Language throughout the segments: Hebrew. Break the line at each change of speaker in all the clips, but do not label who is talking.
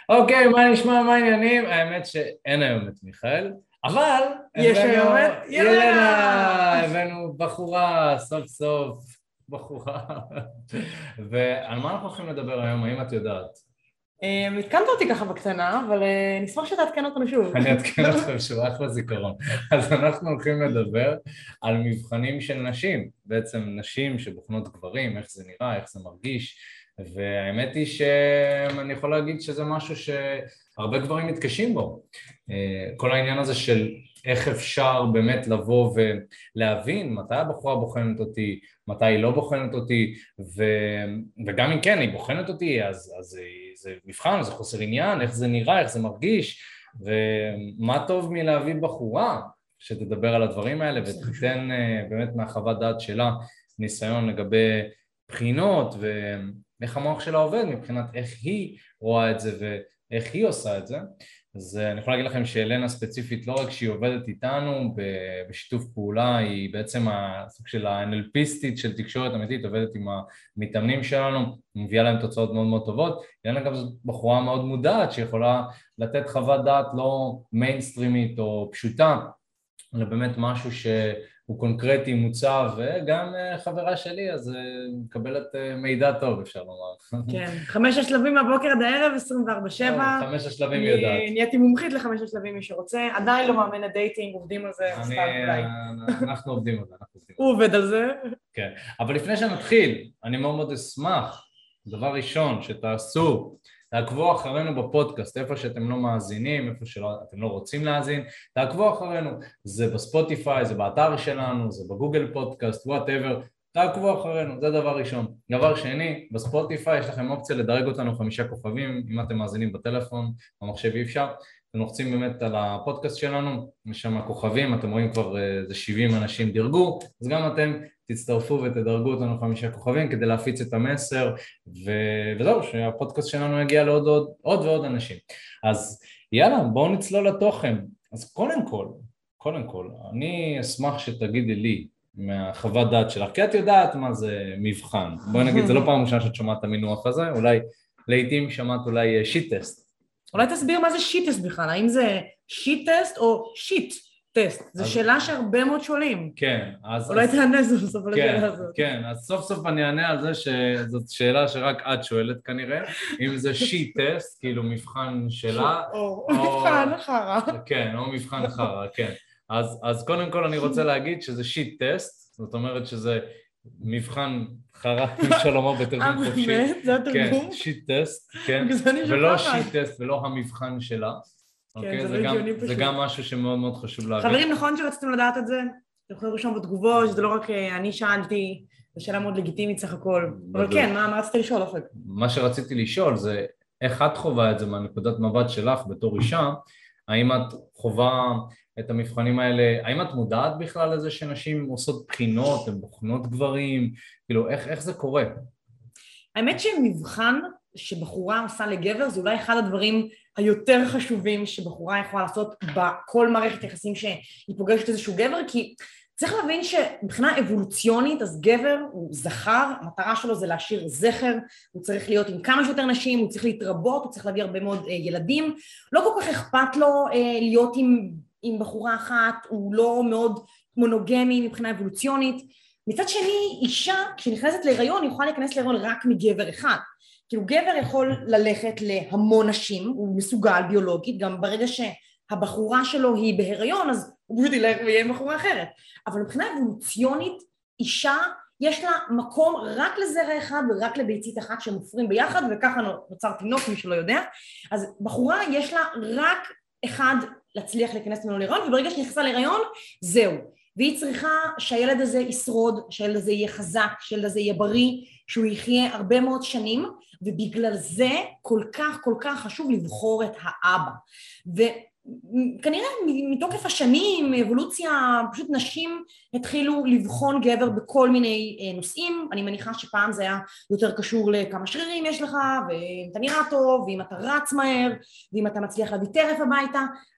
אוקיי, מה נשמע, מה העניינים? האמת שאין היום את מיכאל, אבל
יש
הבאנו
היום את ילנה!
הבאנו בחורה, סוף סוף, בחורה. ועל מה אנחנו הולכים לדבר היום, האם את יודעת?
התקנת אותי ככה בקטנה, אבל נשמח שתעדכן אותנו שוב.
אני אתקן אתכם שהוא אחלה זיכרון. אז אנחנו הולכים לדבר על מבחנים של נשים, בעצם נשים שבוחנות גברים, איך זה נראה, איך זה מרגיש, והאמת היא שאני יכול להגיד שזה משהו שהרבה גברים מתקשים בו. כל העניין הזה של איך אפשר באמת לבוא ולהבין מתי הבחורה בוחנת אותי, מתי היא לא בוחנת אותי, וגם אם כן, היא בוחנת אותי, אז זה מבחן, זה חוסר עניין, איך זה נראה, איך זה מרגיש, ומה טוב מלהביא בחורה שתדבר על הדברים האלה ותיתן באמת מהחוות דעת שלה ניסיון לגבי בחינות ואיך המוח שלה עובד מבחינת איך היא רואה את זה ואיך היא עושה את זה. אז אני יכול להגיד לכם שאלנה ספציפית לא רק שהיא עובדת איתנו בשיתוף פעולה, היא בעצם הסוג של האנלפיסטית של תקשורת אמיתית, עובדת עם המתאמנים שלנו, מביאה להם תוצאות מאוד מאוד טובות. אלנה גם זאת בחורה מאוד מודעת שיכולה לתת חוות דעת לא מיינסטרימית או פשוטה, אלא באמת משהו שהוא קונקרטי, מוצב, וגם חברה שלי, אז מקבלת מידע טוב, אפשר לומר.
כן, 5 השלבים מהבוקר עד הערב, 24/7.
5 השלבים יודעת.
נהייתי מומחית ל5 השלבים, מי שרוצה. עדיין לא מאמנת דייטינג, עובדים על זה, סתם אולי.
אנחנו עובדים על זה,
הוא עובד על זה.
כן, אבל לפני שנתחיל, אני מאוד מאוד אשמח, דבר ראשון שתעשו, תעקבו אחרינו בפודקאסט, איפה שאתם לא מאזינים, איפה שאתם לא רוצים להאזין, תעקבו אחרינו, זה בספוטיפיי, זה באתר שלנו, זה בגוגל פודקאסט, whatever, תעקבו אחרינו, זה דבר ראשון. דבר שני, בספוטיפיי יש לכם אופציה לדרג אותנו 5 כוכבים, אם אתם מאזינים בטלפון, במחשב אי אפשר, אתם לוחצים באמת על הפודקאסט שלנו, יש שם כוכבים, אתם רואים כבר איזה 70 אנשים דירגו, אז גם אתם תצטרפו ותדרגו אותנו 5 כוכבים כדי להפיץ את המסר, וזהו, שהפודקאסט שלנו יגיע לעוד ועוד אנשים. אז יאללה, בואו נצלול לתוכן. אז קודם כל, אני אשמח שתגידי לי מהחוות דעת שלך, כי את יודעת מה זה מבחן. בואי נגיד, זה לא פעם ראשונה שאת שומעת את המינוח הזה, אולי לעתים שמעת אולי שיט טסט.
אולי תסביר מה זה שיט טסט בכלל, האם זה שיט טסט או שיט טסט? זו שאלה שהרבה מאוד שואלים.
כן, אז...
אולי תענה סוף על השאלה הזאת.
כן, אז סוף סוף אני אענה על זה שזאת שאלה שרק את שואלת כנראה, אם זה שיט טסט, כאילו מבחן שלה,
או מבחן חרא.
כן, או מבחן חרא, כן. אז קודם כל אני רוצה להגיד שזה שיט טסט, זאת אומרת שזה מבחן חרא, אפשר לומר בתרגום חופשי.
באמת? זה התרגום?
כן, שיט טסט, כן, ולא שיט טסט ולא המבחן שלה.
כן,
זה גם משהו שמאוד מאוד חשוב להגיד.
חברים, נכון שרציתם לדעת את זה? אתם יכולים לרשום בתגובות, שזה לא רק אני שאלתי, זו שאלה מאוד לגיטימית סך הכל. אבל כן, מה רצית לשאול, אופק?
מה שרציתי לשאול זה, איך את חווה את זה מהנקודת מבט שלך בתור אישה? האם את חווה את המבחנים האלה, האם את מודעת בכלל לזה שנשים עושות בחינות, הן בוחנות גברים? כאילו, איך זה קורה?
האמת שמבחן שבחורה עושה לגבר זה אולי אחד הדברים היותר חשובים שבחורה יכולה לעשות בכל מערכת יחסים שהיא פוגשת איזשהו גבר, כי צריך להבין שמבחינה אבולוציונית אז גבר הוא זכר, המטרה שלו זה להשאיר זכר, הוא צריך להיות עם כמה שיותר נשים, הוא צריך להתרבות, הוא צריך להביא הרבה מאוד ילדים, לא כל כך אכפת לו להיות עם בחורה אחת, הוא לא מאוד מונוגמי מבחינה אבולוציונית. מצד שני, אישה כשנכנסת להיריון יכולה להיכנס להיריון רק מגבר אחד. כאילו גבר יכול ללכת להמון נשים, הוא מסוגל ביולוגית, גם ברגע שהבחורה שלו היא בהיריון, אז הוא פשוט ילך ויהיה עם בחורה אחרת. אבל מבחינה אבולוציונית, אישה יש לה מקום רק לזרע אחד ורק לביצית אחת שמופרים ביחד, וככה נוצר תינוק, מי שלא יודע. אז בחורה יש לה רק אחד להצליח להיכנס ממנו להיריון, וברגע שנכנסה להיריון, זהו. והיא צריכה שהילד הזה ישרוד, שהילד הזה יהיה חזק, שהילד הזה יהיה בריא, שהוא יחיה הרבה מאוד שנים, ובגלל זה כל כך חשוב לבחור את האבא. וכנראה מתוקף השנים, אבולוציה, פשוט נשים התחילו לבחון גבר בכל מיני נושאים. אני מניחה שפעם זה היה יותר קשור לכמה שרירים יש לך, ואם אתה נראה טוב, ואם אתה רץ מהר, ואם אתה מצליח להביא טרף הביתה.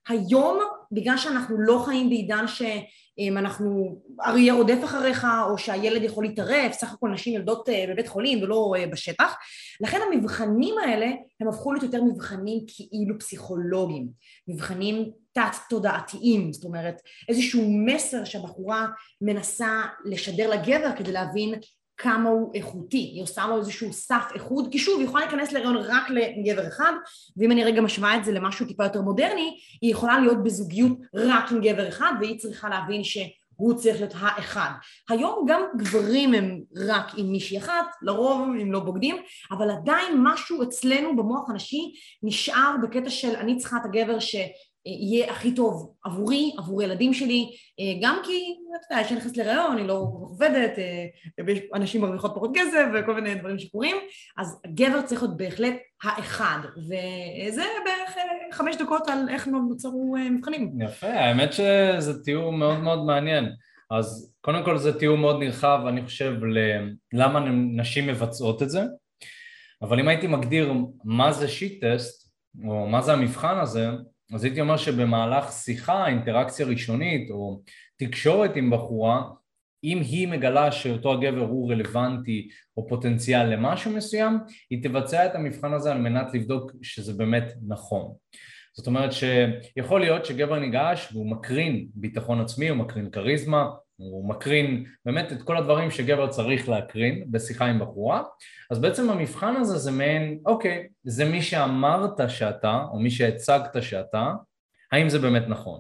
היום, בגלל שאנחנו לא חיים בעידן שאנחנו, אריה רודף אחריך, או שהילד יכול להתערב, סך הכל נשים ילדות בבית חולים ולא בשטח, לכן המבחנים האלה הם הפכו להיות יותר מבחנים כאילו פסיכולוגיים, מבחנים תת-תודעתיים, זאת אומרת איזשהו מסר שהבחורה מנסה לשדר לגבר כדי להבין כמה הוא איכותי, היא עושה לו איזשהו סף איכות, כי שוב, היא יכולה להיכנס להיריון רק לגבר אחד, ואם אני רגע משווה את זה למשהו טיפה יותר מודרני, היא יכולה להיות בזוגיות רק עם גבר אחד, והיא צריכה להבין שהוא צריך להיות האחד. היום גם גברים הם רק עם מישהי אחת, לרוב הם לא בוגדים, אבל עדיין משהו אצלנו במוח הנשי נשאר בקטע של אני צריכה את הגבר יהיה הכי טוב עבורי, עבור ילדים שלי, גם כי, אתה יודע, שאני נכנסת להיריון, אני לא עובדת, אנשים מרוויחות פחות כסף וכל מיני דברים שקורים, אז גבר צריך להיות בהחלט האחד, וזה בערך 5 דקות על איך נוצרו מבחנים.
יפה, האמת שזה תיאור מאוד מאוד מעניין. אז קודם כל זה תיאור מאוד נרחב, אני חושב, למה נשים מבצעות את זה, אבל אם הייתי מגדיר מה זה שיט-טסט, או מה זה המבחן הזה, אז הייתי אומר שבמהלך שיחה, אינטראקציה ראשונית או תקשורת עם בחורה, אם היא מגלה שאותו הגבר הוא רלוונטי או פוטנציאל למשהו מסוים, היא תבצע את המבחן הזה על מנת לבדוק שזה באמת נכון. זאת אומרת שיכול להיות שגבר ניגש והוא מקרין ביטחון עצמי, הוא מקרין קריזמה, הוא מקרין באמת את כל הדברים שגבר צריך להקרין בשיחה עם בחורה, אז בעצם המבחן הזה זה מעין, אוקיי, זה מי שאמרת שאתה, או מי שהצגת שאתה, האם זה באמת נכון?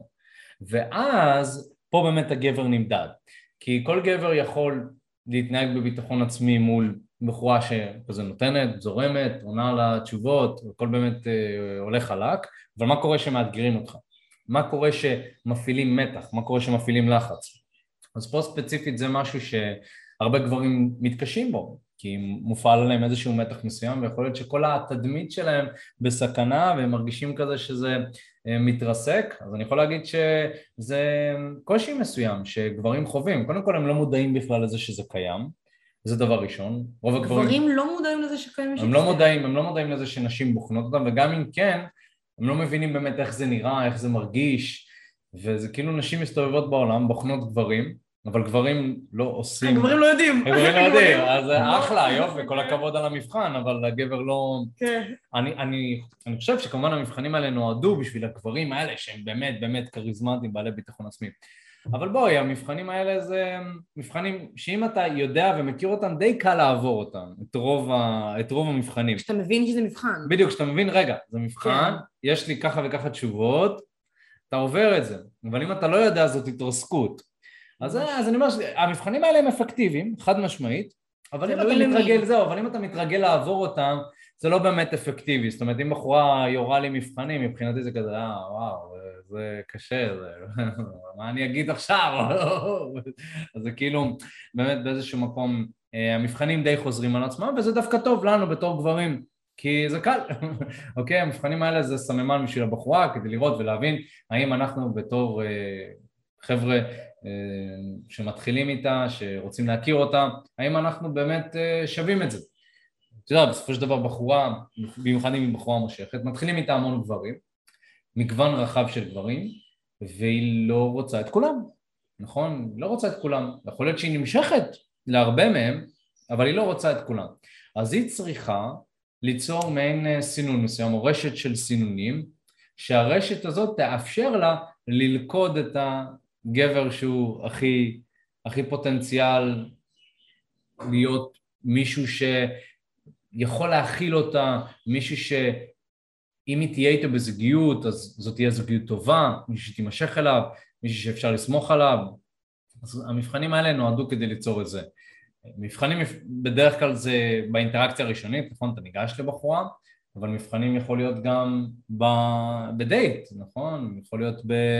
ואז פה באמת הגבר נמדד, כי כל גבר יכול להתנהג בביטחון עצמי מול בחורה שכזה נותנת, זורמת, עונה לה תשובות, הכל באמת הולך חלק, אבל מה קורה שמאתגרים אותך? מה קורה שמפעילים מתח? מה קורה שמפעילים לחץ? אז פה ספציפית זה משהו שהרבה גברים מתקשים בו, כי מופעל עליהם איזשהו מתח מסוים, ויכול להיות שכל התדמית שלהם בסכנה, והם מרגישים כזה שזה מתרסק, אז אני יכול להגיד שזה קושי מסוים שגברים חווים. קודם כל הם לא מודעים בכלל לזה שזה קיים, זה דבר ראשון.
גברים לא מודעים לזה שקיים?
הם לא מודעים לזה שנשים בוחנות אותם, וגם אם כן, הם לא מבינים באמת איך זה נראה, איך זה מרגיש, וזה כאילו נשים מסתובבות בעולם, בוחנות גברים, אבל גברים לא עושים.
הגברים לא יודעים.
הגברים לא יודעים, אז אחלה, יופי, כל הכבוד על המבחן, אבל הגבר לא... אני חושב שכמובן המבחנים האלה נועדו בשביל הגברים האלה, שהם באמת באמת כריזמטיים, בעלי ביטחון עצמי. אבל בואי, המבחנים האלה זה מבחנים שאם אתה יודע ומכיר אותם, די קל לעבור אותם, את רוב המבחנים.
כשאתה מבין שזה מבחן.
בדיוק, כשאתה מבין, רגע, זה מבחן, יש לי ככה וככה תשובות, אתה עובר את זה, אבל אם אתה לא יודע, זאת התרסקות. אז אני אומר שהמבחנים האלה הם אפקטיביים, חד משמעית, אבל אם אתה מתרגל לעבור אותם, זה לא באמת אפקטיבי. זאת אומרת, אם בחורה יורה לי מבחנים, מבחינתי זה כזה, וואו, זה קשה, מה אני אגיד עכשיו? אז זה כאילו, באמת באיזשהו מקום, המבחנים די חוזרים על עצמם, וזה דווקא טוב לנו בתור גברים, כי זה קל, אוקיי? המבחנים האלה זה סממן בשביל הבחורה, כדי לראות ולהבין האם אנחנו בתור חבר'ה שמתחילים איתה, שרוצים להכיר אותה, האם אנחנו באמת שווים את זה. אתה יודע, בסופו של דבר בחורה, במיוחד אם היא בחורה מושכת, מתחילים איתה המון גברים, מגוון רחב של גברים, והיא לא רוצה את כולם, נכון? היא לא רוצה את כולם. יכול להיות שהיא נמשכת להרבה מהם, אבל היא לא רוצה את כולם. אז היא צריכה ליצור מעין סינון מסוים, או רשת של סינונים, שהרשת הזאת תאפשר לה ללכוד את הגבר שהוא הכי פוטנציאל להיות מישהו שיכול להכיל אותה, מישהו שאם היא תהיה איתו בזוגיות, אז זאת תהיה זוגיות טובה, מישהו שתימשך אליו, מישהו שאפשר לסמוך עליו. אז המבחנים האלה נועדו כדי ליצור את זה. מבחנים בדרך כלל זה באינטראקציה הראשונית, נכון? אתה ניגש לבחורה, אבל מבחנים יכול להיות גם בדייט, נכון? יכול להיות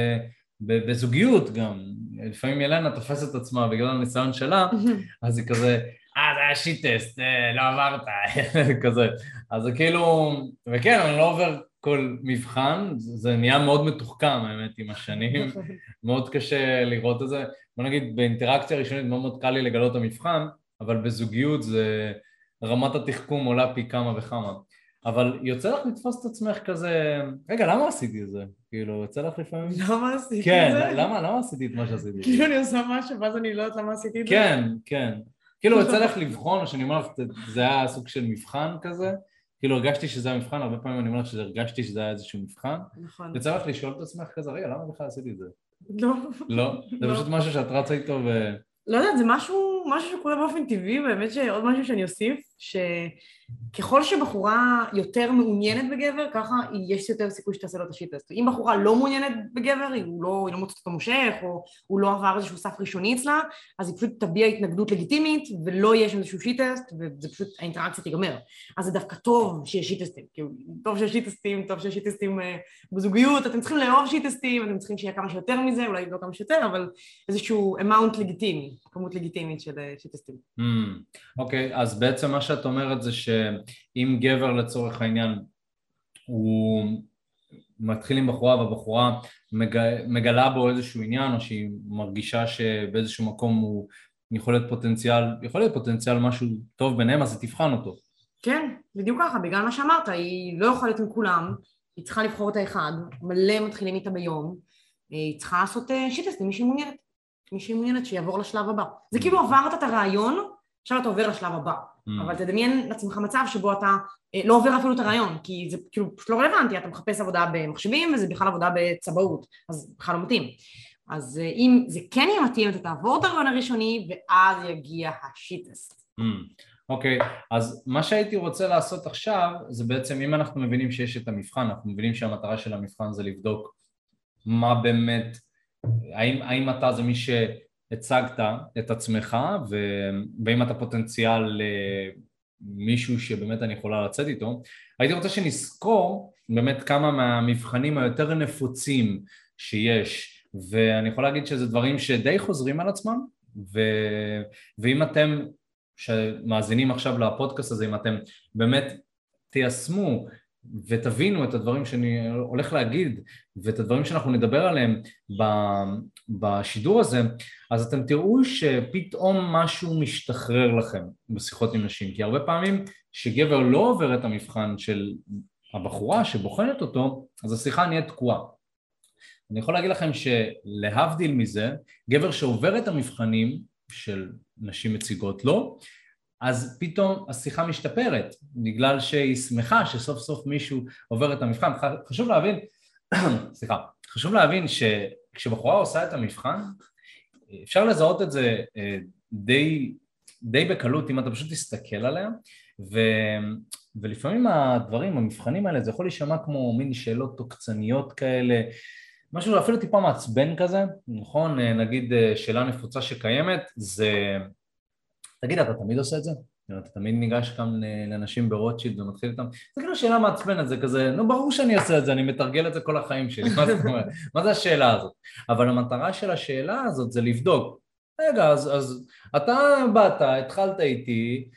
בזוגיות גם. לפעמים ילנה תופסת את עצמה בגלל הניסיון שלה, אז היא כזה, זה היה שיט-טסט, לא עברת, כזה. אז זה כאילו, וכן, אני לא עובר כל מבחן, זה נהיה מאוד מתוחכם, האמת, עם השנים, מאוד קשה לראות את זה. בוא נגיד, באינטראקציה ראשונית מאוד מאוד קל לי לגלות את המבחן, אבל בזוגיות זה, רמת התחכום עולה פי כמה וכמה. אבל יוצא לך לתפוס את עצמך כזה, רגע, למה עשיתי את זה? כאילו, יוצא לך לפעמים?
למה עשיתי את זה?
כן, למה עשיתי את מה שעשיתי?
כאילו אני עושה משהו, ואז אני לא יודעת למה עשיתי את זה?
כן, כן. כאילו, יוצא לך לבחון, או שאני אומר לך, זה היה סוג של מבחן כזה, כאילו, הרגשתי שזה היה מבחן, הרבה פעמים אני אומר לך שהרגשתי שזה היה איזשהו מבחן,
נכון.
יוצא לך לשאול את עצמך כזה, רגע, למה בכלל עשיתי את זה?
לא.
לא? זה פשוט משהו שאת רצה איתו ו...
לא יודעת, זה משהו שקורה באופן טבעי, באמת שעוד משהו שאני אוסיף, שככל שבחורה יותר מעוניינת בגבר, ככה יש יותר סיכוי שתעשה לו את השיט-טסט. אם בחורה לא מעוניינת בגבר, היא לא מוצאת אותו מושך, או הוא לא עבר איזשהו סף ראשוני אצלה, אז היא פשוט תביע התנגדות לגיטימית, ולא יהיה שם איזשהו שיט-טסט, וזה פשוט, האינטראקציה תיגמר. אז זה דווקא טוב שיש שיט-טסטים, טוב שיש שיט-טסטים, טוב שיש שיט-טסטים בזוגיות, אתם צריכים לאהוב שיט-טסטים, אתם צריכים שיהיה כמה שיותר מזה, אולי לא כמה שיותר, אבל איזשהו amount לגיטימי, כמות לגיטימית של שיט-טסטים.
אוקיי, אז בעצם מה שאת אומרת זה שאם גבר לצורך העניין הוא מתחיל עם בחורה והבחורה מגלה בו איזשהו עניין או שהיא מרגישה שבאיזשהו מקום הוא יכול להיות פוטנציאל משהו טוב ביניהם, אז היא תבחן אותו.
כן, בדיוק ככה, בגלל מה שאמרת, היא לא יכולה להיות עם כולם, היא צריכה לבחור את האחד, מלא מתחילים איתה ביום, היא צריכה לעשות שיט-טסט למי שהיא מעוניינת שיעבור לשלב הבא. זה כאילו עברת את הרעיון, עכשיו אתה עובר לשלב הבא, אבל תדמיין לעצמך מצב שבו אתה לא עובר אפילו את הרעיון, כי זה כאילו פשוט לא רלוונטי, אתה מחפש עבודה במחשבים וזה בכלל עבודה בצבאות, אז בכלל לא מתאים. אז אם זה כן יהיה מתאים, אתה תעבור את הרעיון הראשוני ואז יגיע השיט-טסט.
אוקיי, אז מה שהייתי רוצה לעשות עכשיו זה בעצם אם אנחנו מבינים שיש את המבחן, אנחנו מבינים שהמטרה של המבחן זה לבדוק מה באמת, האם אתה זה מי שהצגת את עצמך ואם אתה פוטנציאל מישהו שבאמת אני יכולה לצאת איתו, הייתי רוצה שנזכור באמת כמה מהמבחנים היותר נפוצים שיש, ואני יכול להגיד שזה דברים שדי חוזרים על עצמם, ואם אתם שמאזינים עכשיו לפודקאסט הזה, אם אתם באמת תיישמו ותבינו את הדברים שאני הולך להגיד ואת הדברים שאנחנו נדבר עליהם בשידור הזה, אז אתם תראו שפתאום משהו משתחרר לכם בשיחות עם נשים, כי הרבה פעמים שגבר לא עובר את המבחן של הבחורה שבוחנת אותו, אז השיחה נהיית תקועה. אני יכול להגיד לכם שלהבדיל מזה, גבר שעובר את המבחנים של נשים מציגות לו, אז פתאום השיחה משתפרת, בגלל שהיא שמחה שסוף סוף מישהו עובר את המבחן. חשוב להבין שכשבחורה עושה את המבחן, אפשר לזהות את זה די בקלות, אם אתה פשוט תסתכל עליה, ולפעמים המבחנים האלה, זה יכול להישמע כמו מין שאלות תוקצניות כאלה, משהו אפילו טיפה מעצבן כזה, נכון? נגיד שאלה נפוצה שקיימת, זה, תגיד, אתה תמיד עושה את זה? אתה תמיד ניגש כאן לאנשים ברוטשילד ומתחיל איתם? זה כאילו שאלה מעצבנת, זה כזה, נו ברור שאני עושה את זה, אני מתרגל את זה כל החיים שלי, מה זה השאלה הזאת? אבל המטרה של השאלה הזאת זה לבדוק, רגע, אז אתה באת, התחלת איתי,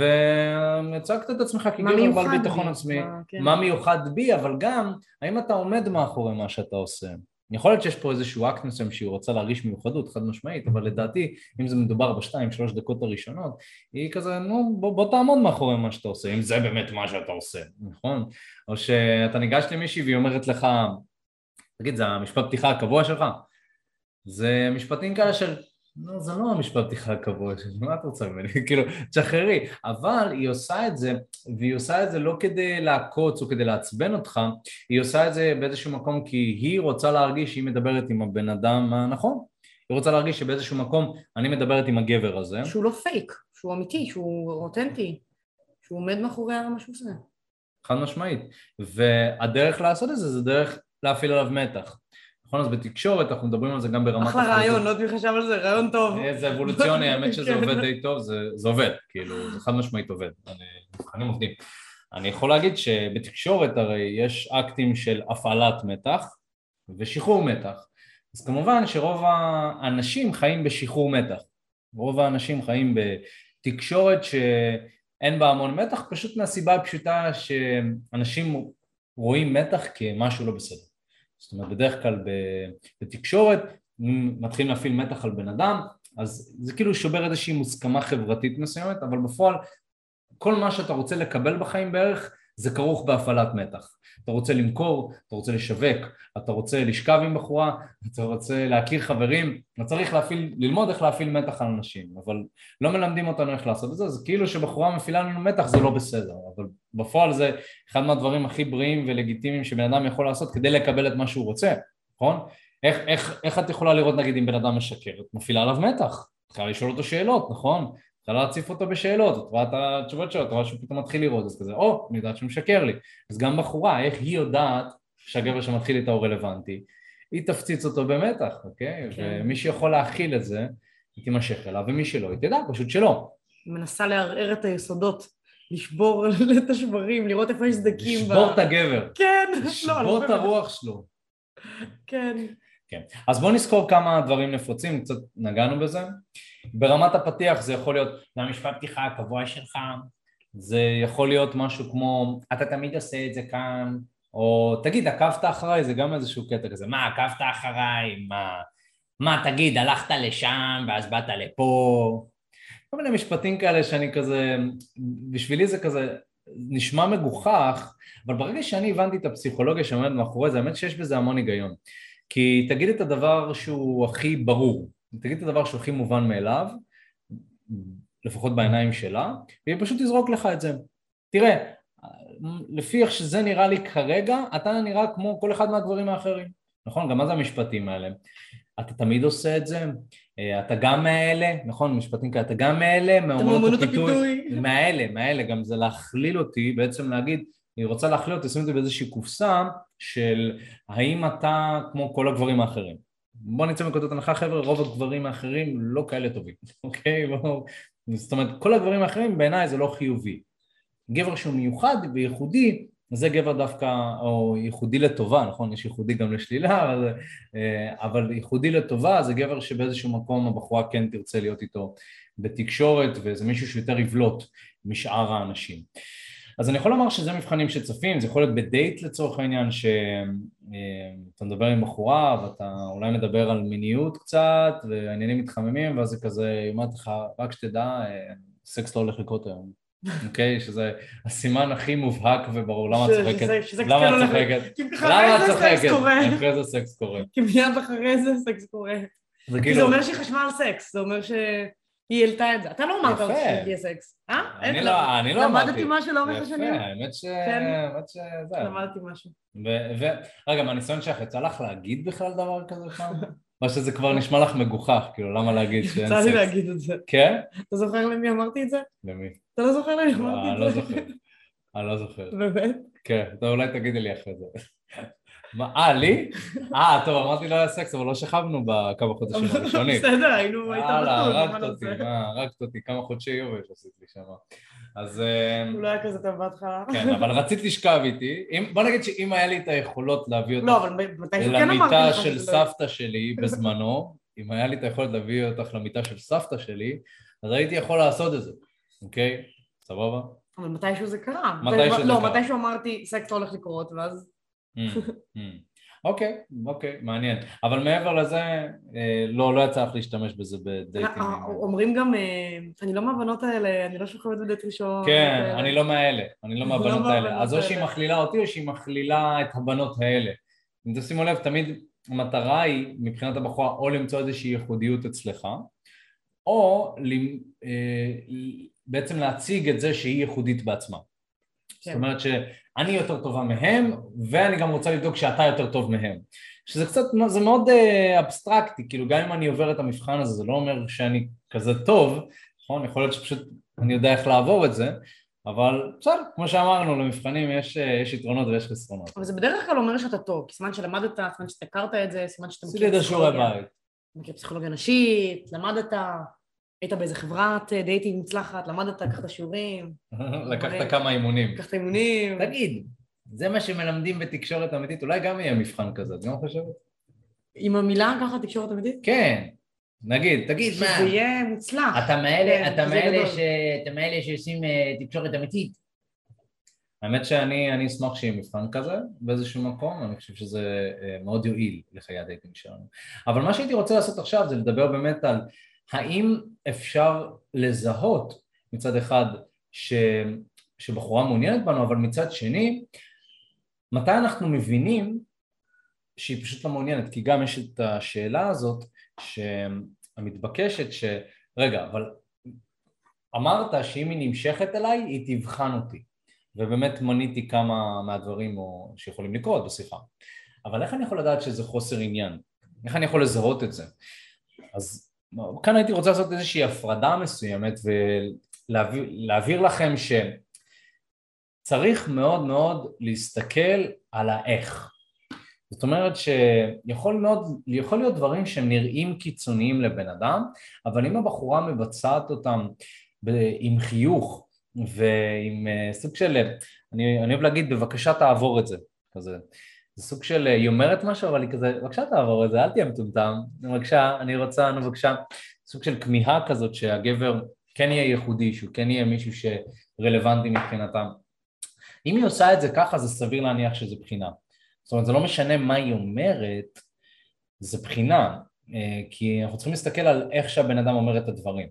והצגת את עצמך כגבר בעל ביטחון עצמי, מה מיוחד בי, אבל גם, האם אתה עומד מאחורי מה שאתה עושה? יכול להיות שיש פה איזשהו אקט מסוים שהיא רוצה להרגיש מיוחדות, חד משמעית, אבל לדעתי, אם זה מדובר ב2-3 דקות הראשונות, היא כזה, נו, בוא תעמוד מאחורי מה שאתה עושה, אם זה באמת מה שאתה עושה, נכון? או שאתה ניגש למישהי והיא אומרת לך, תגיד, זה המשפט פתיחה הקבוע שלך? זה משפטים כאלה של, לא, זה לא המשפט פתיחה הקבוע שלי, מה את רוצה ממני? כאילו, תשחררי, אבל היא עושה את זה, והיא עושה את זה לא כדי לעקוץ או כדי לעצבן אותך, היא עושה את זה באיזשהו מקום כי היא רוצה להרגיש שהיא מדברת עם הבן אדם הנכון, היא רוצה להרגיש שבאיזשהו מקום אני מדברת עם הגבר הזה.
שהוא לא פייק, שהוא אמיתי, שהוא אותנטי, שהוא עומד מאחורי מה שהוא עושה.
חד משמעית, והדרך לעשות את זה, זה דרך להפעיל עליו מתח. נכון, אז בתקשורת אנחנו מדברים על זה גם ברמת...
אחלה רעיון, לא תמיד חשב על זה, רעיון טוב.
זה אבולוציוני, האמת שזה עובד די טוב, זה עובד, כאילו, זה חד משמעית עובד, מבחנים עובדים. אני יכול להגיד שבתקשורת הרי יש אקטים של הפעלת מתח ושחרור מתח, אז כמובן שרוב האנשים חיים בשחרור מתח, רוב האנשים חיים בתקשורת שאין בה המון מתח, פשוט מהסיבה הפשוטה שאנשים רואים מתח כמשהו לא בסדר. זאת אומרת, בדרך כלל בתקשורת מתחילים להפעיל מתח על בן אדם, אז זה כאילו שובר איזושהי מוסכמה חברתית מסוימת, אבל בפועל כל מה שאתה רוצה לקבל בחיים בערך זה כרוך בהפעלת מתח. אתה רוצה למכור, אתה רוצה לשווק, אתה רוצה לשכב עם בחורה, אתה רוצה להכיר חברים, אתה צריך ללמוד איך להפעיל מתח על אנשים, אבל לא מלמדים אותנו איך לעשות את זה, זה כאילו שבחורה מפעילה לנו מתח זה לא בסדר, אבל בפועל זה אחד מהדברים הכי בריאים ולגיטימיים שבן אדם יכול לעשות כדי לקבל את מה שהוא רוצה, נכון? איך את יכולה לראות נגיד אם בן אדם משקר? את מפעילה עליו מתח, צריכה לשאול אותו שאלות, נכון? אתה לא להציף אותו בשאלות, את רואה את התשובות שלו, אתה רואה שהוא פתאום מתחיל לראות, אז כזה, אני יודעת שהוא משקר לי. אז גם בחורה, איך היא יודעת שהגבר שמתחיל איתה הוא רלוונטי, היא תפציץ אותו במתח, אוקיי?
כן.
ומי שיכול להכיל את זה, היא תימשך אליו, ומי שלא, היא תדע, פשוט שלא.
היא מנסה לערער את היסודות, לשבור את השברים, לראות איפה יש סדקים.
לשבור את הגבר.
כן.
לשבור את הרוח שלו.
כן.
כן. אז בואו נזכור כמה דברים נפוצים, קצת נגענו בזה. ברמת הפתיח זה יכול להיות, זה המשפט פתיחה הקבוע שלך, זה יכול להיות משהו כמו, אתה תמיד עושה את זה כאן, או תגיד, עקבת אחריי, זה גם איזשהו קטע כזה, מה, עקבת אחריי, מה, תגיד, הלכת לשם, ואז באת לפה, כל מיני משפטים כאלה שאני כזה, בשבילי זה כזה, נשמע מגוחך, אבל ברגע שאני הבנתי את הפסיכולוגיה שעומדת מאחורי זה, האמת שיש בזה המון היגיון. כי תגיד את הדבר שהוא הכי ברור, תגיד את הדבר שהוא הכי מובן מאליו, לפחות בעיניים שלה, והיא פשוט תזרוק לך את זה. תראה, לפי איך שזה נראה לי כרגע, אתה נראה כמו כל אחד מהדברים האחרים. נכון? גם מה זה המשפטים האלה? אתה תמיד עושה את זה, אתה גם מאלה, נכון? משפטים כאלה, אתה גם מאלה, מאומנות הפיתוי. מאלה, גם זה להכליל אותי, בעצם להגיד, היא רוצה להכליל אותי, שים אותי באיזושהי קופסה של האם אתה כמו כל הגברים האחרים. בוא נצא מנקודת הנחה חבר'ה, רוב הגברים האחרים לא כאלה טובים, אוקיי? זאת אומרת, כל הגברים האחרים בעיניי זה לא חיובי. גבר שהוא מיוחד וייחודי, זה גבר דווקא, או ייחודי לטובה, נכון? יש ייחודי גם לשלילה, אבל ייחודי לטובה זה גבר שבאיזשהו מקום הבחורה כן תרצה להיות איתו בתקשורת, וזה מישהו שיותר יבלוט משאר האנשים. אז אני יכול לומר שזה מבחנים שצפים, זה יכול להיות בדייט לצורך העניין, שאתה מדבר עם בחורה ואתה אולי מדבר על מיניות קצת, והעניינים מתחממים, ואז זה כזה, היא אומרת לך, רק שתדע, סקס לא הולך לקרות היום. אוקיי? שזה הסימן הכי מובהק וברור. למה את צוחקת? למה את צוחקת? למה את צוחקת? אחרי זה סקס קורה.
כי מיד אחרי זה סקס קורה. כי זה אומר שהיא חשמה על סקס, זה אומר שהיא העלתה את זה. אתה לא אמרת שיהיה סקס, אה?
אני לא אמרתי.
למדתי משהו לאורך השנים?
יפה, האמת שזה...
למדתי משהו.
רגע, מהניסיון שלך, יצא לך להגיד בכלל דבר כזה פעם? או שזה כבר נשמע לך מגוחך, כאילו, למה להגיד שאין סקס?
יצא לי להגיד את זה.
כן?
אתה זוכר למי אמרתי את זה?
למי?
אתה לא זוכר למי אמרתי את זה?
אני לא זוכר.
באמת?
כן, אתה אולי תגידי לי אחרי זה. לי? טוב, אמרתי לא היה סקס, אבל לא שכבנו בכמה חודשים הראשונים.
בסדר, היינו, היית בטוח.
הרגת אותי, כמה חודשי יובש עשית לי שמה. אז...
הוא לא היה כזה טוב בהתחלה.
כן, אבל רצית לשכב איתי. בוא נגיד שאם היה לי את היכולות להביא אותך...
לא, אבל מתי שכן אמרתי לך
למיטה של סבתא שלי בזמנו, אם היה לי את היכולת להביא אותך למיטה של סבתא שלי, אז הייתי יכול לעשות את זה, אוקיי? סבבה?
אבל מתישהו זה קרה.
לא,
מתישהו אמרתי, סקס לא הולך לקרות, ואז...
אוקיי, מעניין. אבל מעבר לזה, לא יצא לך להשתמש בזה בדייטים.
אומרים גם, אני לא מהבנות האלה, אני לא שוכבת בדייט ראשון.
כן, אני לא מהבנות האלה. אז או שהיא מכלילה אותי, או שהיא מכלילה את הבנות האלה. אם תשימו לב, תמיד המטרה היא, מבחינת הבחורה, או למצוא איזושהי ייחודיות אצלך, או בעצם להציג את זה שהיא ייחודית בעצמה. זאת אומרת שאני יותר טובה מהם, ואני גם רוצה לבדוק שאתה יותר טוב מהם. שזה קצת, זה מאוד אבסטרקטי, כאילו גם אם אני עובר את המבחן הזה, זה לא אומר שאני כזה טוב, נכון? יכול להיות שפשוט אני יודע איך לעבור את זה, אבל בסדר, כמו שאמרנו, למבחנים יש יתרונות ויש חסרונות.
אבל זה בדרך כלל אומר שאתה טוב, כי סימן שלמדת, סימן שאתה הכרת את זה, סימן שאתה
מכיר פסיכולוגיה.
מכיר פסיכולוגיה נשית, למדת, היית באיזה חברת דייטינג מוצלחת, למדת, לקחת שיעורים.
לקחת כמה אימונים.
לקחת אימונים.
תגיד, זה מה שמלמדים בתקשורת אמיתית, אולי גם יהיה מבחן כזה, את גם חושבת?
עם המילה ככה תקשורת אמיתית?
כן. תגיד מה?
שזה יהיה מוצלח.
אתה מאלה שעושים תקשורת אמיתית. האמת שאני אשמח שיהיה מבחן כזה באיזשהו מקום, אני חושב שזה מאוד יועיל לחיי הדייטינג שלנו. אבל מה שהייתי רוצה לעשות עכשיו זה לדבר באמת על האם אפשר לזהות מצד אחד שבחורה מעוניינת בנו, אבל מצד שני, מתי אנחנו מבינים שהיא פשוט לא מעוניינת? כי גם יש את השאלה הזאת המתבקשת רגע, אבל אמרת שאם היא נמשכת אליי, היא תבחן אותי. ובאמת מניתי כמה מהדברים שיכולים לקרות בשיחה. אבל איך אני יכול לדעת שזה חוסר עניין? איך אני יכול לזהות את זה? אז כאן הייתי רוצה לעשות איזושהי הפרדה מסוימת ולהעביר לכם שצריך מאוד מאוד להסתכל על האיך. זאת אומרת שיכול להיות דברים שהם נראים קיצוניים לבן אדם, אבל אם הבחורה מבצעת אותם עם חיוך ועם סוג של, אני אוהב להגיד בבקשה תעבור את זה, כזה. זה סוג של, היא אומרת משהו, אבל היא כזה, בבקשה תעבור את זה, אל תהיה מטומטם, בבקשה, אני רוצה, בבקשה, סוג של כמיהה כזאת שהגבר כן יהיה ייחודי, שהוא כן יהיה מישהו שרלוונטי מבחינתם. אם היא עושה את זה ככה, זה סביר להניח שזה בחינה. זאת אומרת, זה לא משנה מה היא אומרת, זה בחינה, כי אנחנו צריכים להסתכל על איך שהבן אדם אומר את הדברים.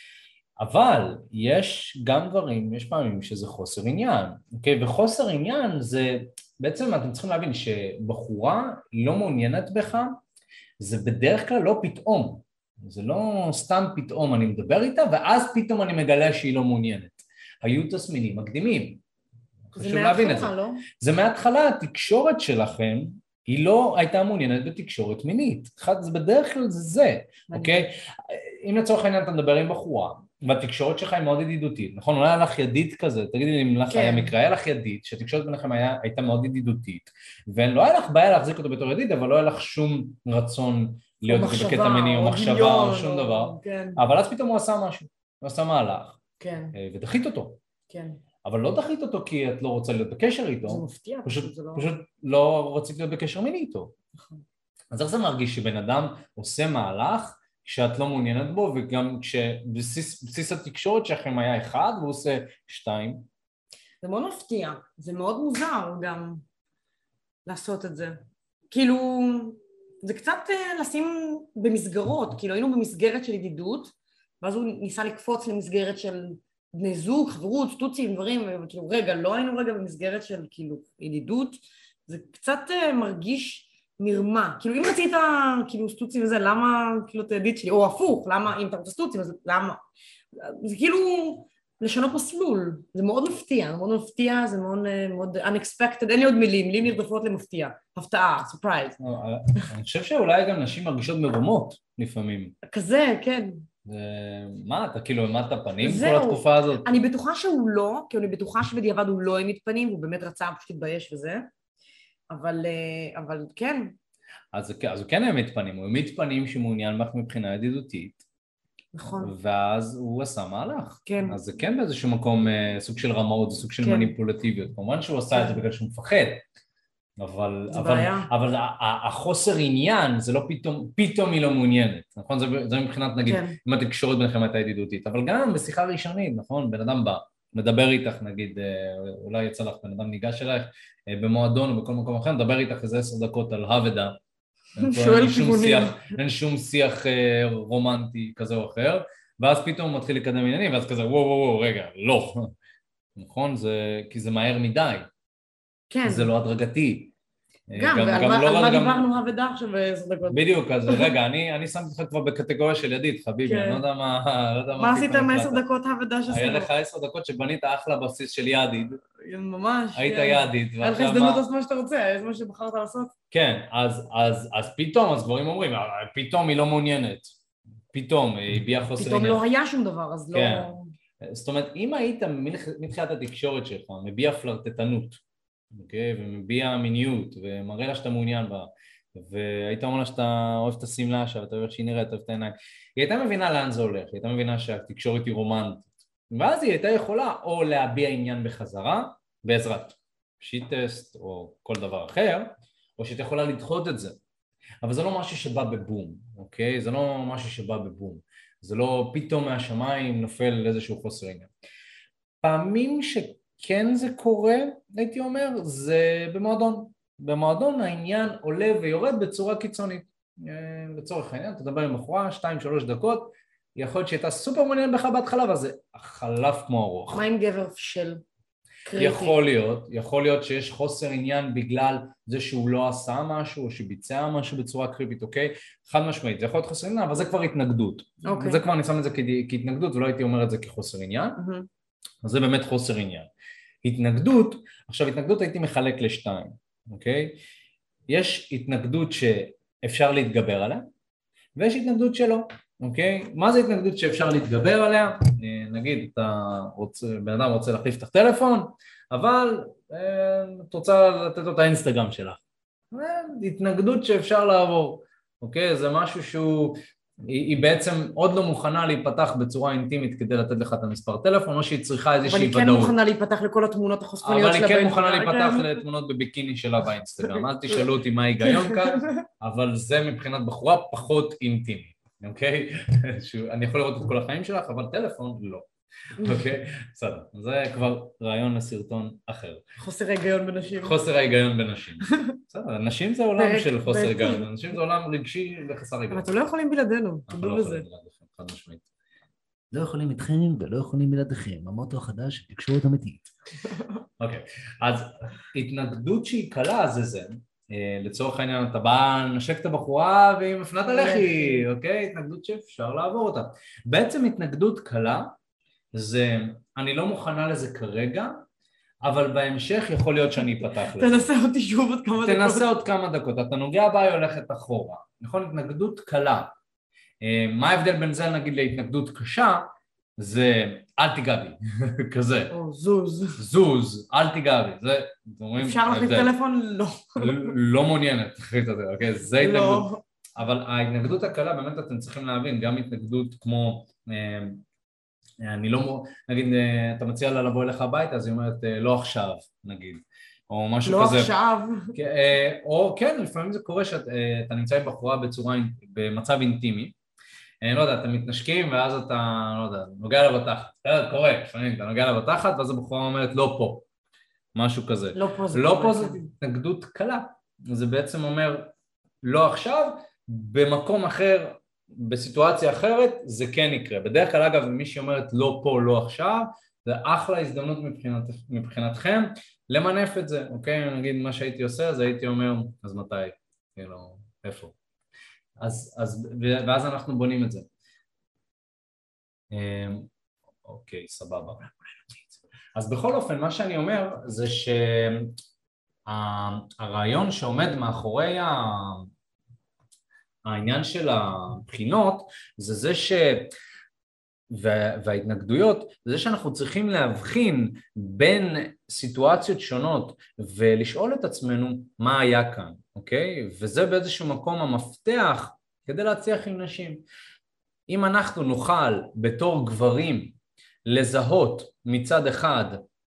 אבל יש גם דברים, יש פעמים שזה חוסר עניין, אוקיי? וחוסר עניין זה, בעצם אתם צריכים להבין שבחורה לא מעוניינת בך, זה בדרך כלל לא פתאום, זה לא סתם פתאום אני מדבר איתה, ואז פתאום אני מגלה שהיא לא מעוניינת. היו תסמינים מקדימים.
זה מההתחלה, לא?
זה מההתחלה, התקשורת שלכם, היא לא הייתה מעוניינת בתקשורת מינית. זה בדרך כלל זה, אוקיי? אם לצורך העניין אתה מדבר עם בחורה, והתקשורת שלך היא מאוד ידידותית, נכון? אולי היה לך ידיד כזה, תגידי לי אם לך היה מקרה, היה לך ידיד, שהתקשורת ביניכם הייתה מאוד ידידותית, ולא היה לך בעיה להחזיק אותו בתור ידיד, אבל לא היה לך שום רצון להיות בקטע מיני, או מחשבה, או שום דבר. אבל אז פתאום הוא עשה משהו, הוא עשה מהלך, ודחית אותו.
כן.
אבל לא דחית אותו כי את לא רוצה להיות בקשר איתו.
זה מפתיע.
פשוט לא רצית להיות בקשר מיני איתו. אז איך זה מרגיש שבן אדם עושה מהלך שאת לא מעוניינת בו, וגם כשבסיס התקשורת שלכם היה 1 והוא עושה 2?
זה מאוד מפתיע, זה מאוד מוזר גם לעשות את זה. כאילו, זה קצת לשים במסגרות, כאילו היינו במסגרת של ידידות, ואז הוא ניסה לקפוץ למסגרת של בני זוג, חברות, סטוצים, דברים, וכאילו רגע, לא היינו רגע במסגרת של כאילו ידידות, זה קצת מרגיש מרמה, כאילו אם רצית כאילו סטוצים וזה, למה כאילו אתה ידיד שלי, או הפוך, למה אם אתה רוצה סטוצים, אז למה? זה כאילו לשנות מסלול, זה מאוד מפתיע, זה מאוד unexpected, אין לי עוד מילים נרדפות למפתיע, הפתעה, surprise.
אני חושב שאולי גם נשים מרגישות מרומות לפעמים.
כזה, כן.
מה, אתה כאילו עמדת פנים כל התקופה הזאת?
אני בטוחה שהוא לא, כי אני בטוחה שבדיעבד הוא לא העמיד פנים, הוא באמת רצה פשוט להתבייש וזה, אבל כן.
אז הוא כן העמיד פנים, הוא העמיד פנים שמעוניין בך מבחינה ידידותית.
נכון.
ואז הוא עשה מהלך.
כן.
אז זה כן באיזשהו מקום סוג של רמאות, זה סוג של מניפולטיביות. כמובן שהוא עשה את זה בגלל שהוא מפחד. אבל החוסר עניין זה לא פתאום היא לא מעוניינת, נכון? זה מבחינת נגיד אם התקשורת ביניכם הייתה ידידותית, אבל גם בשיחה ראשונית, נכון? בן אדם בא, מדבר איתך נגיד, אולי יצא לך, בן אדם ניגש אלייך במועדון או בכל מקום אחר, מדבר איתך איזה 10 דקות על הוודה, אין שום שיח רומנטי כזה או אחר, ואז פתאום הוא מתחיל לקדם עניינים, ואז כזה וואו רגע, לא, נכון? כי זה מהר מדי.
כן.
זה לא הדרגתי.
גם על מה דיברנו הוודה עכשיו ב10 דקות.
בדיוק, אז רגע, אני שמתי אותך כבר בקטגוריה של ידיד, חביבי, אני לא יודע מה...
מה עשית עם 10 דקות הוודה שעשינו?
היה לך 10 דקות שבנית אחלה בסיס של ידיד.
ממש.
היית ידיד.
היה לך הזדמנות לעשות מה שאתה רוצה, זה מה שבחרת לעשות.
כן, אז פתאום, אז גברים אומרים, פתאום היא לא מעוניינת. פתאום, היא הביעה חוסר עניין.
פתאום לא היה שום דבר, אז לא...
זאת אומרת, אם היית מתחילת התקשורת שלך, מביע פלרטטנות, אוקיי, ומביע מיניות, ומראה לה שאתה מעוניין בה, והיית אומר לה שאתה אוהב את הסמלה שלה, ואתה אוהב שהיא נראית, אוהב את העיניים, היא הייתה מבינה לאן זה הולך, היא הייתה מבינה שהתקשורת היא רומנטית, ואז היא הייתה יכולה או להביע עניין בחזרה, בעזרת שיט-טסט או כל דבר אחר, או שהיא יכולה לדחות את זה, אבל זה לא משהו שבא בבום, אוקיי? זה לא משהו שבא בבום, זה לא פתאום מהשמיים נופל איזשהו חוסר עניין. פעמים כן זה קורה, הייתי אומר, זה במועדון. במועדון העניין עולה ויורד בצורה קיצונית. לצורך העניין, אתה תדבר עם בחורה, 2-3 דקות, יכול להיות שהייתה סופר מעניין בך בהתחלה, וזה חלף כמו ארוך.
מה עם גבר של?
יכול להיות שיש חוסר עניין בגלל זה שהוא לא עשה משהו או שביצע משהו בצורה קריפית, אוקיי? חד משמעית, זה יכול להיות חוסר עניין, אבל זה כבר התנגדות. זה כבר אני שם את זה כהתנגדות ולא הייתי אומר את זה כחוסר עניין. אז זה באמת חוסר עניין. התנגדות, עכשיו התנגדות הייתי מחלק לשתיים, אוקיי? יש התנגדות שאפשר להתגבר עליה, ויש התנגדות שלא, אוקיי? מה זה התנגדות שאפשר להתגבר עליה? נגיד, בן אדם רוצה להחליף את הטלפון, אבל את רוצה לתת לו את האינסטגרם שלך. התנגדות שאפשר לעבור, אוקיי? זה משהו שהוא... היא בעצם עוד לא מוכנה להיפתח בצורה אינטימית כדי לתת לך את המספר טלפון, או שהיא צריכה איזושהי ודאות.
אבל היא כן מוכנה להיפתח לכל התמונות החושפניות שלה.
אבל היא כן מוכנה להיפתח לתמונות בביקיני שלה באינסטגרם. אל תשאלו אותי מה ההיגיון כאן, אבל זה מבחינת בחורה פחות אינטימי, אוקיי? אני יכול לראות את כל החיים שלך, אבל טלפון לא. אוקיי? בסדר, זה כבר רעיון לסרטון אחר.
חוסר ההיגיון בנשים.
חוסר ההיגיון בנשים. בסדר, נשים זה עולם של חוסר היגיון, נשים זה עולם רגשי וחסר היגיון.
אבל אתם לא יכולים בלעדינו, תדעו בזה.
חד משמעית.
לא יכולים איתכם ולא יכולים בלעדיכם, המוטו החדש של תקשורת אמיתית.
אוקיי, אז התנגדות שהיא קלה זה. לצורך העניין אתה בא לנשק את הבחורה והיא מפנת הלחי, אוקיי? התנגדות שאפשר לעבור אותה. בעצם התנגדות קלה זה, אני לא מוכנה לזה כרגע, אבל בהמשך יכול להיות שאני אפתח לזה.
תנסה אותי שוב עוד כמה דקות.
תנסה עוד כמה דקות, אתה נוגע בה, היא הולכת אחורה. נכון? התנגדות קלה. מה ההבדל בין זה נגיד להתנגדות קשה? זה אל תיגע בי, כזה.
או זוז.
זוז, אל תיגע בי.
אפשר להחליף טלפון? לא.
לא מעוניינת, אוקיי? זה התנגדות. אבל ההתנגדות הקלה, באמת אתם צריכים להבין, גם התנגדות כמו... אני לא, נגיד, אתה מציע לה לבוא אליך הביתה, אז היא אומרת, לא עכשיו, נגיד, או משהו כזה.
לא עכשיו.
או כן, לפעמים זה קורה שאתה נמצא עם בחורה במצב אינטימי, לא יודע, אתם מתנשקים, ואז אתה, לא יודע, נוגע לה בתחת, קורה, לפעמים, אתה נוגע לה בתחת, ואז הבחורה אומרת, לא פה, משהו כזה. לא פה זה התנגדות קלה, זה בעצם אומר, לא עכשיו, במקום אחר, בסיטואציה אחרת זה כן יקרה. בדרך כלל אגב מי שאומרת לא פה לא עכשיו זה אחלה הזדמנות מבחינתכם למנף את זה, אוקיי? נגיד מה שהייתי עושה אז הייתי אומר אז מתי? כאילו איפה? ואז אנחנו בונים את זה. אוקיי, סבבה. אז בכל אופן מה שאני אומר זה שהרעיון שעומד מאחורי העניין של הבחינות זה וההתנגדויות, זה שאנחנו צריכים להבחין בין סיטואציות שונות ולשאול את עצמנו מה היה כאן, אוקיי? וזה באיזשהו מקום המפתח כדי להצליח עם נשים. אם אנחנו נוכל בתור גברים לזהות מצד אחד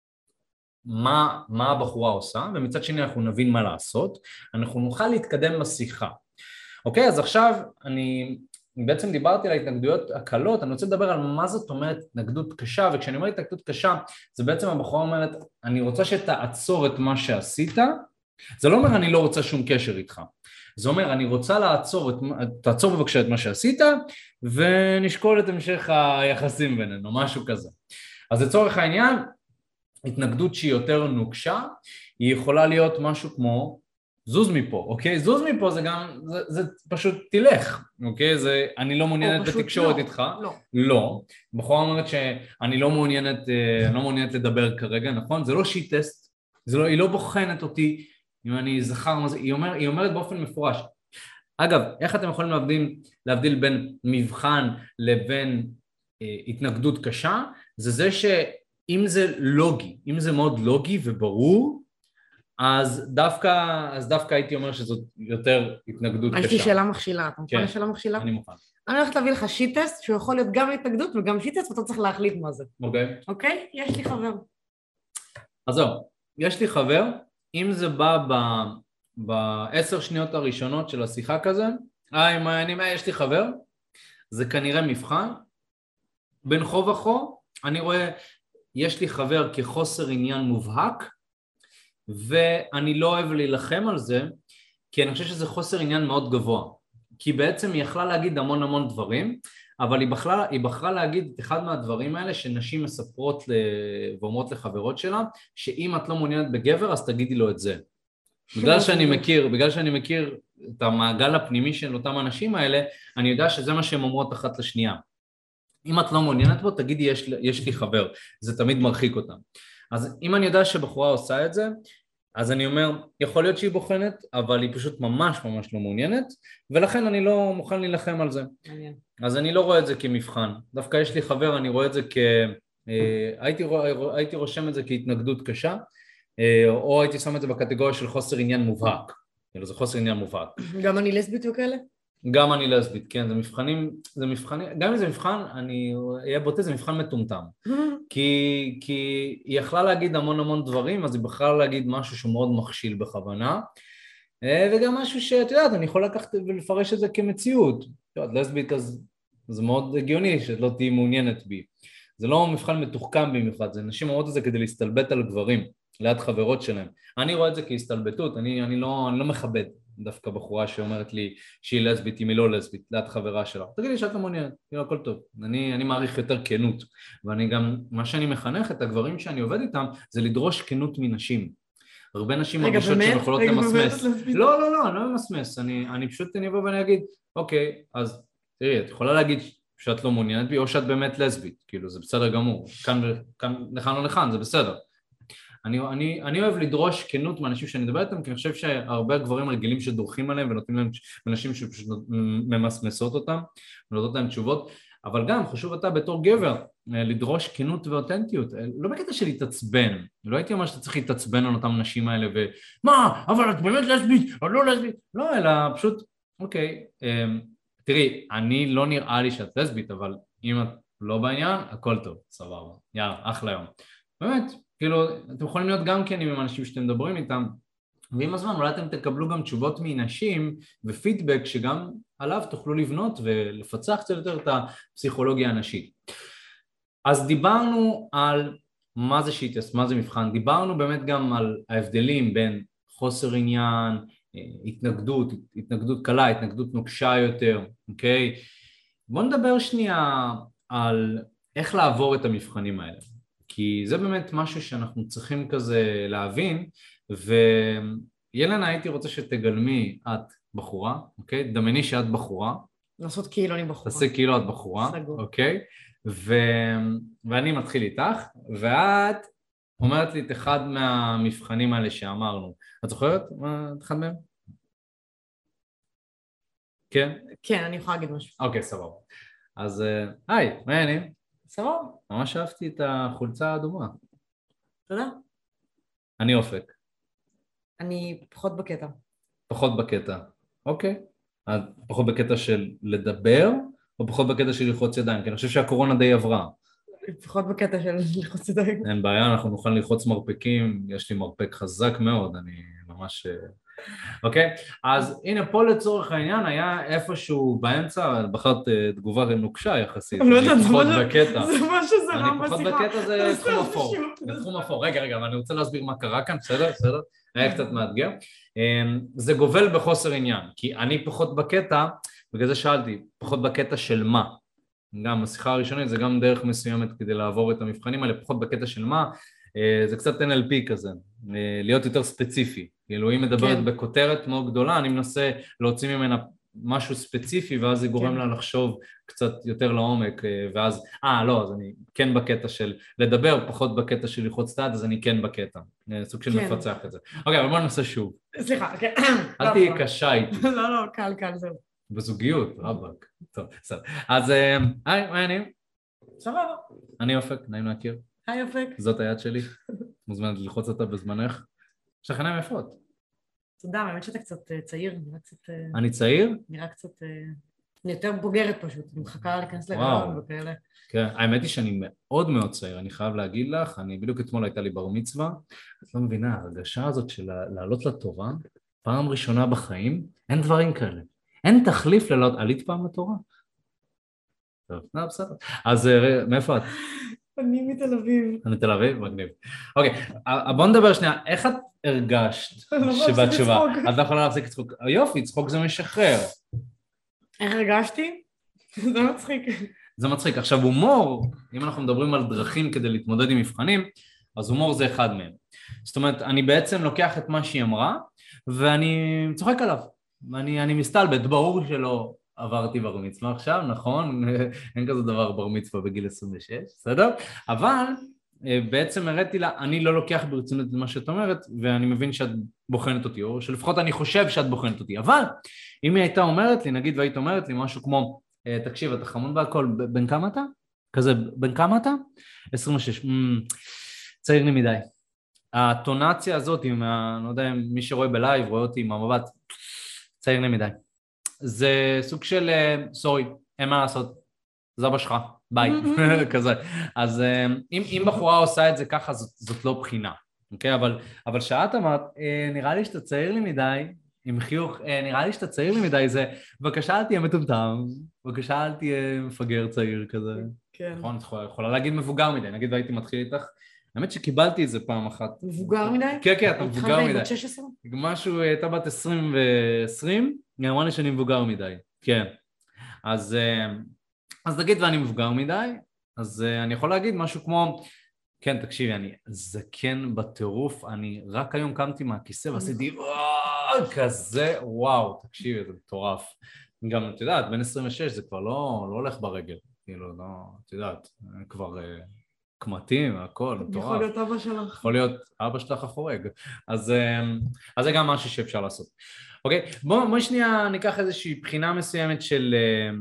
מה הבחורה עושה, ומצד שני אנחנו נבין מה לעשות, אנחנו נוכל להתקדם בשיחה. אוקיי, אז עכשיו אני בעצם דיברתי על ההתנגדויות הקלות, אני רוצה לדבר על מה זאת אומרת התנגדות קשה, וכשאני אומר התנגדות קשה, זה בעצם הבחורה אומרת, אני רוצה שתעצור את מה שעשית, זה לא אומר אני לא רוצה שום קשר איתך, זה אומר אני רוצה תעצור בבקשה את מה שעשית, ונשקול את המשך היחסים בינינו, משהו כזה. אז לצורך העניין, התנגדות שהיא יותר נוקשה, היא יכולה להיות משהו כמו, זוז מפה, אוקיי? זוז מפה זה גם, זה פשוט תלך, אוקיי? זה, אני לא מעוניינת בתקשורת איתך. לא. בחורה אומרת שאני לא מעוניינת לדבר כרגע, נכון? זה לא שיט-טסט, היא לא בוחנת אותי, אם אני זכר מה זה, היא אומרת באופן מפורש. אגב, איך אתם יכולים להבדיל בין מבחן לבין התנגדות קשה? זה שאם זה לוגי, אם זה מאוד לוגי וברור, אז דווקא הייתי אומר שזאת יותר התנגדות קשה.
יש לי שאלה מכשילה, אתה מוכן לשאלה מכשילה?
אני מוכן.
אני הולכת להביא לך שיט-טסט, שהוא יכול להיות גם התנגדות וגם שיט-טסט, ואתה צריך להחליט מה זה. אוקיי? יש לי חבר.
אז זהו, יש לי חבר, אם זה בא ב10 שניות הראשונות של השיחה כזה, יש לי חבר, זה כנראה מבחן, בין כה וכה, אני רואה, יש לי חבר כחוסר עניין מובהק, ואני לא אוהב להילחם על זה, כי אני חושב שזה חוסר עניין מאוד גבוה. כי בעצם היא יכלה להגיד המון המון דברים, אבל היא בחרה להגיד את אחד מהדברים האלה שנשים מספרות ואומרות לחברות שלה, שאם את לא מעוניינת בגבר אז תגידי לו את זה. בגלל שאני מכיר את המעגל הפנימי של אותם אנשים האלה, אני יודע שזה מה שהן אומרות אחת לשנייה. אם את לא מעוניינת בו, תגידי יש לי חבר, זה תמיד מרחיק אותם. אז אם אני יודע שבחורה עושה את זה, אז אני אומר, יכול להיות שהיא בוחנת, אבל היא פשוט ממש ממש לא מעוניינת, ולכן אני לא מוכן להילחם על זה. אז אני לא רואה את זה כמבחן. דווקא יש לי חבר, אני רואה את זה הייתי רושם את זה כהתנגדות קשה, או הייתי שם את זה בקטגוריה של חוסר עניין מובהק. זה חוסר עניין מובהק.
גם אני לסבית וכאלה?
גם אני לסבית, כן, זה מבחנים, גם אם זה מבחן, אני אהיה בוטה, זה מבחן מטומטם. כי היא יכלה להגיד המון המון דברים, אז היא בחרה להגיד משהו שמאוד מכשיל בכוונה, וגם משהו שאת יודעת, אני יכול לקחת ולפרש את זה כמציאות. לסבית, אז זה מאוד הגיוני שאת לא תהיי מעוניינת בי. זה לא מבחן מתוחכם במיוחד, זה נשים אומרות את זה כדי להסתלבט על גברים, ליד חברות שלהם. אני רואה את זה כהסתלבטות, אני לא מכבד דווקא בחורה שאומרת לי שהיא לסבית, אם היא לא לסבית, ליד חברה שלה. תגידי שאת לא מעוניינת, כאילו הכל טוב. אני מעריך יותר כנות, ואני גם, מה שאני מחנך את הגברים שאני עובד איתם, זה לדרוש כנות מנשים. הרבה נשים מרגישות שהן יכולות למסמס. לא, אני לא ממסמס, אני פשוט אבוא ואני אגיד, אוקיי, אז תראי, את יכולה להגיד שאת לא מעוניינת בי, או שאת באמת לסבית, כאילו זה בסדר גמור, כאן לכאן או לכאן, זה בסדר. אני אוהב לדרוש כנות מאנשים שאני מדבר איתם, כי אני חושב שהרבה גברים רגילים שדורכים עליהם ונותנים להם אנשים שפשוט ממסמסות אותם ונותנות להם תשובות, אבל גם חשוב אתה בתור גבר לדרוש כנות ואותנטיות, לא בקטע של להתעצבן, לא הייתי אומר שאתה צריך להתעצבן על אותם נשים האלה ומה, אבל את באמת לסבית, או לא לסבית, לא, אלא פשוט, אוקיי, תראי, אני לא נראה לי שאת לסבית, אבל אם את לא בעניין, הכל טוב, סבבה, יאללה, אחלה יום. באמת, כאילו, אתם יכולים להיות גם כן עם אנשים שאתם מדברים איתם, ועם הזמן אולי אתם תקבלו גם תשובות מנשים ופידבק שגם עליו תוכלו לבנות ולפצח קצת יותר את הפסיכולוגיה הנשית. אז דיברנו על מה זה שיטס, מה זה מבחן, דיברנו באמת גם על ההבדלים בין חוסר עניין, התנגדות קלה, התנגדות נוקשה יותר, אוקיי? בואו נדבר שנייה על איך לעבור את המבחנים האלה. כי זה באמת משהו שאנחנו צריכים כזה להבין, וילנה הייתי רוצה שתגלמי את בחורה, אוקיי? דמייני שאת בחורה.
לעשות כאילו אני בחורה.
תעשה כאילו את בחורה,
סגור.
אוקיי? ואני מתחיל איתך, ואת אומרת לי את אחד מהמבחנים האלה שאמרנו. את זוכרת את אחד מהם? כן?
כן, אני יכולה להגיד משהו.
אוקיי, סבבה. אז היי, מה העניינים?
סבבה.
ממש אהבתי את החולצה האדומה.
תודה.
אני אופק.
אני פחות בקטע.
פחות בקטע. אוקיי. את פחות בקטע של לדבר, או פחות בקטע של ללחוץ ידיים? כי אני חושב שהקורונה די עברה.
פחות בקטע של ללחוץ ידיים.
אין בעיה, אנחנו נוכל ללחוץ מרפקים, יש לי מרפק חזק מאוד, אני ממש... אוקיי? אז הנה פה לצורך העניין היה איפשהו באמצע, בחרת תגובה נוקשה יחסית.
אני לא יודעת,
פחות בקטע.
זה מה שזה רם בשיחה.
אני פחות בקטע זה תחום אפור. זה תחום אפור. רגע, אבל אני רוצה להסביר מה קרה כאן, בסדר? היה קצת מאתגר. זה גובל בחוסר עניין, כי אני פחות בקטע, בגלל זה שאלתי, פחות בקטע של מה? גם השיחה הראשונית זה גם דרך מסוימת כדי לעבור את המבחנים האלה, פחות בקטע של מה, זה קצת NLP כזה, להיות יותר ספציפי, כאילו אם מדברת בכותרת מאוד גדולה, אני מנסה להוציא ממנה משהו ספציפי, ואז זה גורם לה לחשוב קצת יותר לעומק, ואז, לא, אז אני כן בקטע של לדבר, פחות בקטע של ללחוץ את היד, אז אני כן בקטע, סוג של מפצח את זה. אוקיי, אבל בוא ננסה שוב.
סליחה, אוקיי.
אל תהיי קשה איתי.
לא, קל, זהו.
בזוגיות, רבק. טוב, בסדר. אז, היי, מה העניינים?
סבבה.
אני אופק, נעים להכיר.
היי אופק.
זאת היד שלי, מוזמנת ללחוץ אותה בזמנך. יש לך עיניים יפות.
תודה, באמת שאתה קצת צעיר, נראה קצת...
אני צעיר?
נראה קצת... אני יותר בוגרת פשוט, אני מחכה להיכנס לרעיון וכאלה.
כן, האמת היא שאני מאוד מאוד צעיר, אני חייב להגיד לך, אני בדיוק אתמול הייתה לי בר מצווה, את לא מבינה, הרגשה הזאת של לעלות לתורה, פעם ראשונה בחיים, אין דברים כאלה. אין תחליף לעלות, עלית פעם לתורה? טוב, בסדר. אז מאיפה את?
אני מתל אביב.
אני מתל אביב? מגניב. אוקיי, בוא נדבר שנייה, איך את הרגשת שבתשובה? את לא יכולה להחזיק צחוק. יופי, צחוק זה משחרר.
איך הרגשתי? זה מצחיק.
זה מצחיק. עכשיו הומור, אם אנחנו מדברים על דרכים כדי להתמודד עם מבחנים, אז הומור זה אחד מהם. זאת אומרת, אני בעצם לוקח את מה שהיא אמרה, ואני צוחק עליו. אני מסתלבט, ברור שלא עברתי בר מצווה עכשיו, נכון? אין כזה דבר בר מצווה בגיל 26, בסדר? אבל בעצם הראיתי לה, אני לא לוקח ברצינות את מה שאת אומרת, ואני מבין שאת בוחנת אותי, או שלפחות אני חושב שאת בוחנת אותי. אבל אם היא הייתה אומרת לי, נגיד והיית אומרת לי משהו כמו, תקשיב, אתה חמוד בהכל, בן כמה אתה? כזה, בן כמה אתה? 26. צעיר לי מדי. הטונציה הזאת, לא יודע, מי שרואה בלייב, רואה אותי עם המבט, צעיר לי מדי. זה סוג של, סורי, אין מה לעשות, זה אבא שלך, ביי, כזה. אז אם בחורה עושה את זה ככה, זאת לא בחינה, אוקיי? אבל שאת אמרת, נראה לי שאתה צעיר לי מדי, עם חיוך, נראה לי שאתה צעיר לי מדי, זה, בבקשה אל תהיה מטומטם, בבקשה אל תהיה מפגר צעיר כזה.
כן.
נכון, את יכולה להגיד מבוגר מדי, נגיד והייתי מתחיל איתך, האמת שקיבלתי את זה פעם אחת.
מבוגר מדי?
כן, כן, אתה מבוגר מדי.
התחלת עם בת 16?
משהו, הייתה בת 20 ו-20, היא אמרה לי שאני מבוגר מדי, כן. אז נגיד ואני מבוגר מדי, אז אני יכול להגיד משהו כמו, כן, תקשיבי, אני זקן בטירוף, אני רק היום קמתי מהכיסא ועשיתי, וואו, כזה, וואו, תקשיבי, זה מטורף. גם, את יודעת, בין 26 זה כבר לא הולך ברגל, כאילו, לא, את יודעת, כבר קמטים, הכל, מטורף.
יכול להיות אבא שלך. יכול
להיות אבא שלך החורג. אז זה גם משהו שאפשר לעשות. אוקיי, בואי שנייה ניקח איזושהי בחינה מסוימת של,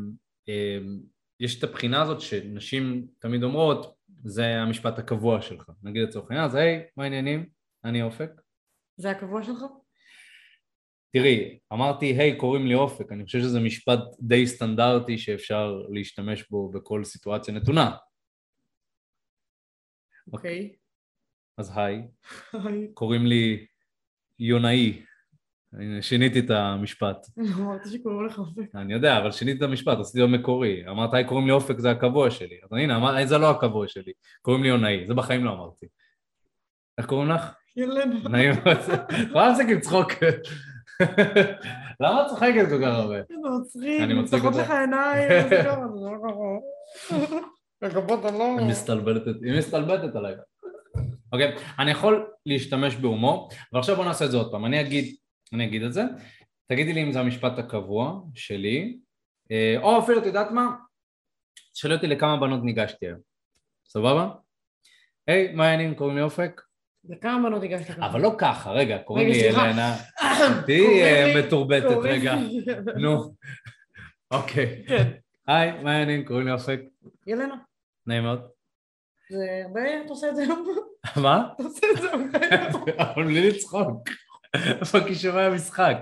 יש את הבחינה הזאת שנשים תמיד אומרות, זה המשפט הקבוע שלך. נגיד לצורך העניין, אז היי, מה העניינים? אני אופק.
זה הקבוע שלך?
תראי, אמרתי, היי, קוראים לי אופק. אני חושב שזה משפט די סטנדרטי שאפשר להשתמש בו בכל סיטואציה נתונה.
אוקיי.
אז היי, קוראים לי יונאי. שיניתי את המשפט.
אמרת שקוראים לך אופק.
אני יודע, אבל שיניתי את המשפט, עשיתי לו מקורי. אמרת, היי, קוראים לי אופק, זה הקבוע שלי. אז הנה, זה לא הקבוע שלי. קוראים לי יונאי, זה בחיים לא אמרתי. איך קוראים לך?
ילנה.
נעים, יכולה להפסיק עם צחוק. למה את צוחקת כל כך הרבה?
זה מצחיק,
אני מצחיק
מצחות
אותך.
לך עיניים, זה ככה, זה לא ככה. הגבות הלא...
היא מסתלבטת עליי. אוקיי, אני יכול להשתמש בהומור, ועכשיו בוא נעשה את זה עוד פעם. אני אגיד את זה, תגידי לי אם זה המשפט הקבוע שלי, או אפילו, את יודעת מה? תשאלי אותי לכמה בנות ניגשתי היום. סבבה? היי, מה העניינים? קוראים לי אופק?
לכמה בנות הגשת ככה?
אבל לא ככה, רגע, קוראים לי
סליחה.
ילנה. תהיי מתורבטת, רגע. נו, אוקיי.
כן.
היי, מה העניינים? קוראים לי אופק?
ילנה.
נעים מאוד.
זה הרבה, אתה עושה את זה היום?
מה?
אתה עושה את זה הרבה.
אבל בלי לצחוק. איפה כישורי המשחק?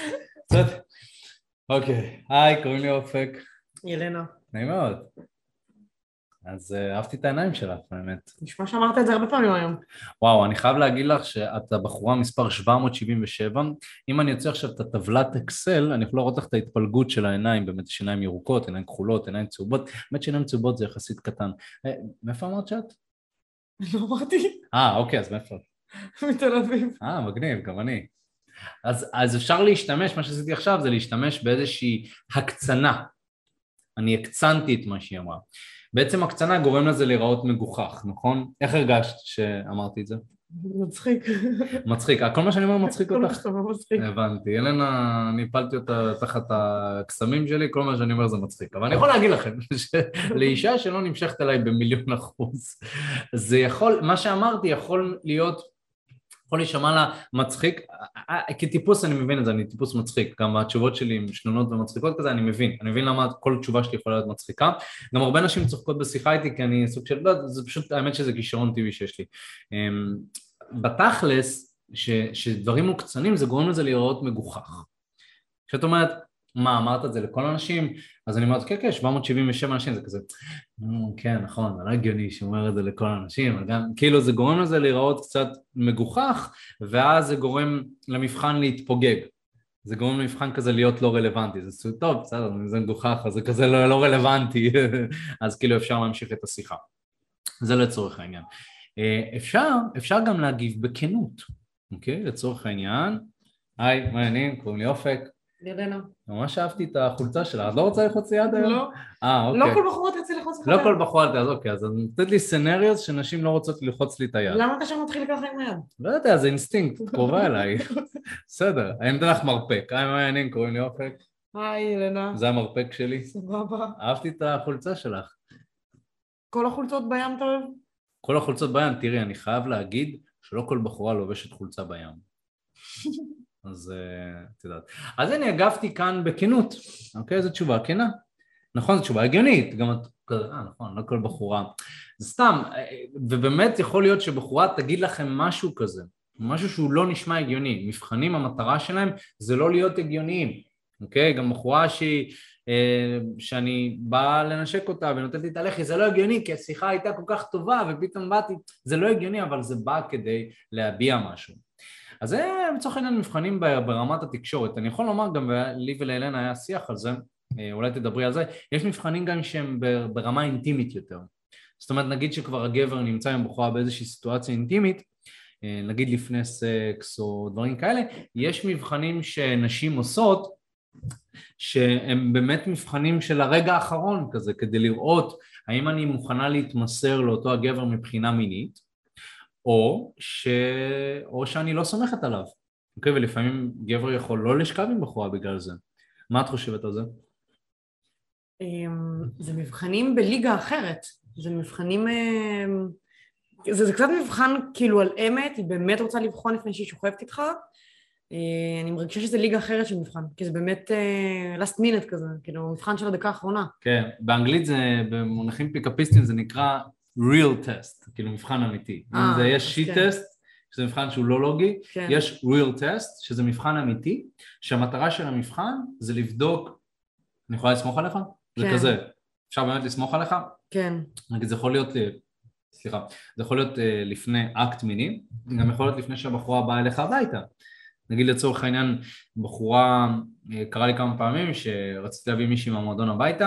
אוקיי, היי, קוראים לי אופק.
ילנה.
נעים מאוד. אז אהבתי את העיניים שלך, באמת.
נשמע שאמרת את זה הרבה פעמים היום.
וואו, אני חייב להגיד לך שאת הבחורה מספר 777. אם אני יוצא עכשיו את הטבלת אקסל, אני יכול לראות לך את ההתפלגות של העיניים, באמת יש עיניים ירוקות, עיניים כחולות, עיניים צהובות. באמת שעיניים צהובות זה יחסית קטן. מאיפה אמרת שאת?
לא אמרתי.
אוקיי, אז מאיפה?
מתל אביב.
מגניב, גם אני. אז אפשר להשתמש, מה שעשיתי עכשיו זה להשתמש באיזושהי הקצנה. אני הקצנתי את מה שהיא אמרה. בעצם הקצנה גורם לזה להיראות מגוחך, נכון? איך הרגשת שאמרתי את זה?
מצחיק.
מצחיק, כל מה שאני אומר מצחיק
כל מה
אותך?
שאתה אומר מצחיק.
הבנתי, ילנה, אני הפלתי אותה תחת הקסמים שלי, כל מה שאני אומר זה מצחיק, אבל אני יכול להגיד לכם, שלאישה שלא נמשכת אליי ב1,000,000%, זה יכול, מה שאמרתי יכול להיות, יכול להישמע לה מצחיק, כטיפוס אני מבין את זה, אני טיפוס מצחיק, גם התשובות שלי עם שנונות ומצחיקות כזה, אני מבין למה כל תשובה שלי יכולה להיות מצחיקה, גם הרבה נשים צוחקות בשיחה איתי, כי אני סוג של, לא, זה פשוט, האמת שזה כישרון טבעי שיש לי. בתכלס, שדברים מוקצנים, זה גורם לזה להיראות מגוחך. כשאת אומרת, מה, אמרת את זה לכל אנשים? אז אני אומרת, כן, 777 אנשים, זה כזה, כן, נכון, זה לא הגיוני שאומר את זה לכל אנשים, אבל גם, כאילו זה גורם לזה להיראות קצת מגוחך, ואז זה גורם למבחן להתפוגג. זה גורם למבחן כזה להיות לא רלוונטי, זה טוב, בסדר, זה מגוחך, אז זה כזה לא רלוונטי, אז כאילו אפשר להמשיך את השיחה. זה לצורך העניין. אפשר גם להגיב בכנות, אוקיי? לצורך העניין, היי, מה העניינים? קוראים לי אופק.
ילנה.
ממש אהבתי את החולצה שלה, את לא רוצה ללחוץ לי יד היום?
לא.
אוקיי.
לא כל בחורה תרצה ללחוץ לך.
לא כל בחורה, אז אוקיי, אז נותנת לי סצנריוז שנשים לא רוצות ללחוץ לי את היד.
למה אתה שם מתחיל ככה עם היד?
לא יודע, זה אינסטינקט, קרובה אליי. בסדר, אני אתן לך מרפק. היי, מה העניינים? קוראים לי אופק.
היי, ילנה.
זה המרפק שלי.
סבבה.
אהבתי את החולצה שלך.
כל החולצות בים אתה אוהב?
כל החולצות בים, תראי, אני חייב להגיד שלא כל בחורה לובשת חולצה בים. אז את יודעת. אז אני הגבתי כאן בכנות, אוקיי? זו תשובה כנה. נכון, זו תשובה הגיונית, גם את כזה, נכון, לא כל בחורה. זה סתם, ובאמת יכול להיות שבחורה תגיד לכם משהו כזה, משהו שהוא לא נשמע הגיוני. מבחנים, המטרה שלהם זה לא להיות הגיוניים, אוקיי? גם בחורה שאני בא לנשק אותה ונותנת לי את הלחי, זה לא הגיוני, כי השיחה הייתה כל כך טובה ופתאום באתי, זה לא הגיוני, אבל זה בא כדי להביע משהו. אז זה בצורך העניין מבחנים ברמת התקשורת. אני יכול לומר גם, לי ולילנה היה שיח על זה, אולי תדברי על זה, יש מבחנים גם שהם ברמה אינטימית יותר. זאת אומרת, נגיד שכבר הגבר נמצא עם בחורה באיזושהי סיטואציה אינטימית, נגיד לפני סקס או דברים כאלה, יש מבחנים שנשים עושות, שהם באמת מבחנים של הרגע האחרון כזה, כדי לראות האם אני מוכנה להתמסר לאותו הגבר מבחינה מינית, או שאני לא סומכת עליו. אוקיי, ולפעמים גבר יכול לא לשכב עם בחורה בגלל זה. מה את חושבת על זה?
זה מבחנים בליגה אחרת. זה מבחנים... זה קצת מבחן כאילו על אמת, היא באמת רוצה לבחון לפני שהיא שוכבת איתך. אני מרגישה שזה ליגה אחרת של מבחן, כי זה באמת last minute כזה, כאילו מבחן של הדקה האחרונה.
כן, באנגלית זה, במונחים פיקאפיסטיים זה נקרא real test, כאילו מבחן אמיתי. יש sheet test, שזה מבחן שהוא לא לוגי, יש real test, שזה מבחן אמיתי, שהמטרה של המבחן זה לבדוק, אני יכולה לסמוך עליך? זה כזה, אפשר באמת לסמוך עליך?
כן.
נגיד זה יכול להיות, סליחה, זה יכול להיות לפני אקט מיני, גם יכול להיות לפני שהבחורה באה אליך הביתה. נגיד לצורך העניין, בחורה, קרה לי כמה פעמים שרציתי להביא מישהי מהמועדון הביתה,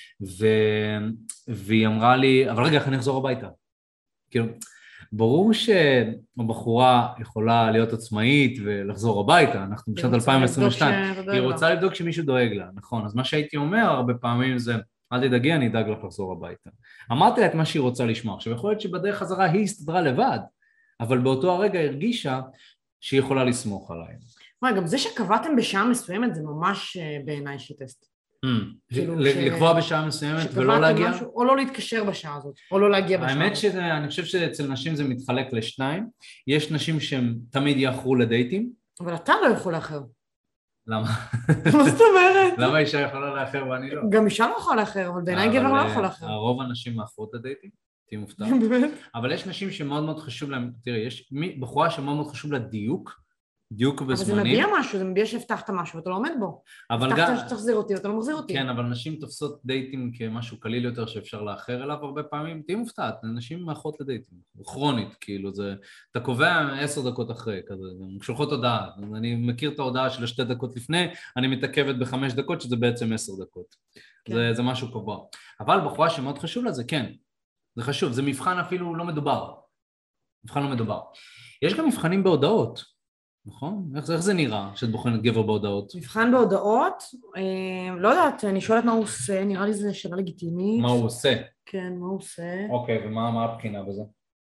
והיא אמרה לי, אבל רגע, איך אני אחזור הביתה? כאילו, ברור שהבחורה יכולה להיות עצמאית ולחזור הביתה, אנחנו בשנת 2022, היא רוצה לבדוק שמישהו דואג לה, נכון, אז מה שהייתי אומר הרבה פעמים זה, אל תדאגי, אני אדאג לך לחזור הביתה. אמרתי לה את מה שהיא רוצה לשמוע, עכשיו יכול להיות שבדרך חזרה היא הסתדרה לבד, אבל באותו הרגע הרגישה שהיא יכולה לסמוך עליי.
גם זה שקבעתם בשעה מסוימת זה ממש בעיניי שיטסט.
לקבוע בשעה מסוימת ולא להגיע?
או לא להתקשר בשעה הזאת, או לא להגיע בשעה הזאת.
האמת שאני חושב שאצל נשים זה מתחלק לשניים, יש נשים שהם תמיד יאחרו לדייטים.
אבל אתה לא יכול לאחר.
למה?
מה זאת אומרת?
למה אישה יכולה לאחר ואני לא?
גם אישה לא יכולה לאחר, אבל בעיניי גבר לא יכול לאחר.
הרוב הנשים מאחרות לדייטים, תהיה מופתע. אבל יש נשים שמאוד מאוד חשוב להם, תראי, יש בחורה שמאוד מאוד חשוב לה דיוק בזמנים.
אבל זה מביע משהו, זה מביע שהבטחת משהו, אתה לא עומד בו. הבטחת שתחזיר אותי, אתה לא מחזיר אותי.
כן, אבל נשים תופסות דייטים כמשהו קליל יותר שאפשר לאחר אליו הרבה פעמים, תהיה מופתעת, נשים מאחרות לדייטים, כרונית, כאילו זה, אתה קובע 10 דקות אחרי, כזה, שולחות הודעה, אני מכיר את ההודעה של 2 דקות לפני, אני מתעכבת ב5 דקות, שזה בעצם 10 דקות. כן. זה משהו קבוע. אבל בחורה שמאוד חשוב לה, זה כן, זה חשוב, זה מבחן אפילו לא מדובר. מבחן לא מדובר. יש גם מבחנים בהודעות. נכון? איך זה נראה שאת בוחנת גבר בהודעות?
מבחן בהודעות? לא יודעת, אני שואלת מה הוא עושה, נראה לי זה שאלה לגיטימית.
מה הוא עושה?
כן, מה הוא עושה.
אוקיי, ומה הבחינה בזה?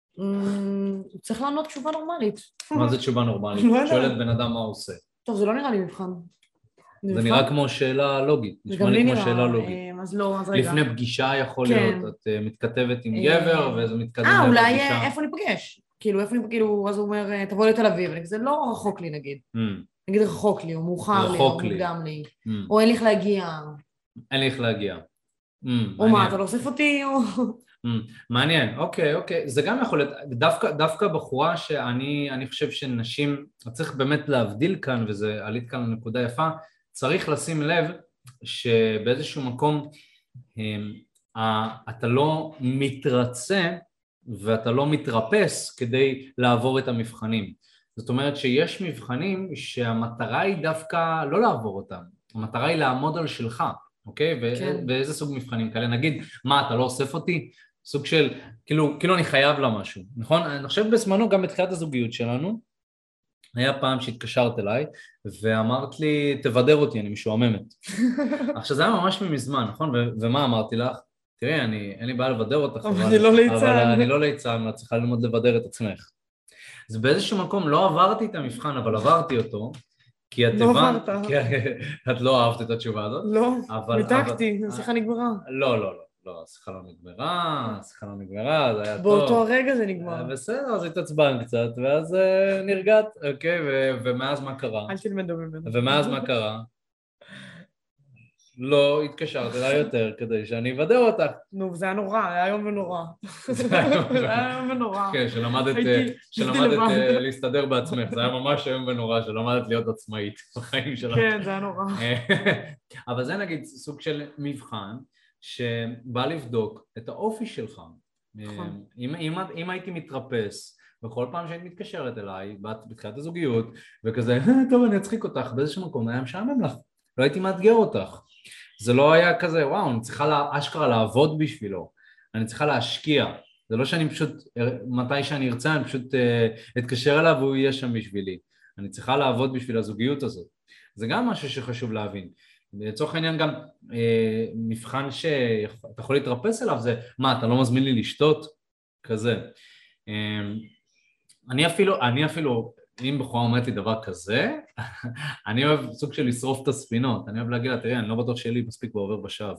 הוא צריך לענות תשובה נורמלית.
מה זה תשובה נורמלית? שואלת בן אדם מה הוא עושה.
טוב, זה לא נראה לי מבחן.
זה נראה כמו שאלה לוגית. נשמע לי כמו שאלה לוגית.
אז לא, אז רגע.
לפני פגישה יכול להיות, את מתכתבת עם גבר וזה מתקדם לפגישה.
אולי איפה ניפגש? כאילו, אז הוא אומר, תבוא לתל אביב, זה לא רחוק לי נגיד. נגיד רחוק לי, או מאוחר לי, או מוקדם לי. או אין לי איך להגיע.
אין לי איך להגיע.
או מה, אתה לא אוסף אותי, או...
מעניין, אוקיי. זה גם יכול להיות, דווקא בחורה שאני חושב שנשים, צריך באמת להבדיל כאן, וזה עלית כאן לנקודה יפה, צריך לשים לב שבאיזשהו מקום אתה לא מתרצה ואתה לא מתרפס כדי לעבור את המבחנים. זאת אומרת שיש מבחנים שהמטרה היא דווקא לא לעבור אותם, המטרה היא לעמוד על שלך, אוקיי?
כן.
ואיזה סוג מבחנים כאלה? נגיד, מה, אתה לא אוסף אותי? סוג של, כאילו אני חייב לה משהו, נכון? אני חושב בזמנו גם בתחילת הזוגיות שלנו, היה פעם שהתקשרת אליי, ואמרת לי, תבדר אותי, אני משועממת. עכשיו זה היה ממש מזמן, נכון? ומה אמרתי לך? תראי, אין לי בעיה לבדר אותך,
אבל אני לא ליצן.
אבל אני לא ליצן, את צריכה ללמוד לבדר את עצמך. אז באיזשהו מקום לא עברתי את המבחן, אבל עברתי אותו, כי את הבנת... את לא אהבת את התשובה הזאת?
לא, ניתקתי, השיחה נגמרה.
לא, השיחה לא נגמרה, זה היה טוב.
באותו הרגע זה נגמר.
בסדר, אז התעצבן קצת, ואז נרגעת, אוקיי, ומאז מה קרה?
אל תלמדו ממנו.
ומאז מה קרה? לא התקשרת אליי יותר כדי שאני אבדר אותך.
נו, זה היה נורא, היה איום ונורא. זה היה איום ונורא.
כן, שלמדת להסתדר בעצמך, זה היה ממש איום ונורא, שלמדת להיות עצמאית בחיים שלך.
כן, זה היה נורא.
אבל זה נגיד סוג של מבחן, שבא לבדוק את האופי שלך. אם הייתי מתרפס, בכל פעם שהיית מתקשרת אליי, בתחילת הזוגיות, וכזה, טוב, אני אצחיק אותך, באיזשהו מקום, היה משעמם לך, לא הייתי מאתגר אותך. זה לא היה כזה, וואו, אני צריכה אשכרה לעבוד בשבילו, אני צריכה להשקיע. זה לא שאני פשוט, מתי שאני ארצה, אני פשוט אתקשר אליו והוא יהיה שם בשבילי. אני צריכה לעבוד בשביל הזוגיות הזאת. זה גם משהו שחשוב להבין. לצורך העניין גם מבחן שאתה יכול להתרפס אליו זה, מה, אתה לא מזמין לי לשתות? כזה. אני אפילו, אם בחורה אומרת לי דבר כזה, אני אוהב סוג של לשרוף את הספינות, אני אוהב להגיד לה, תראי, אני לא בטוח שיהיה לי מספיק בעובר בשעב,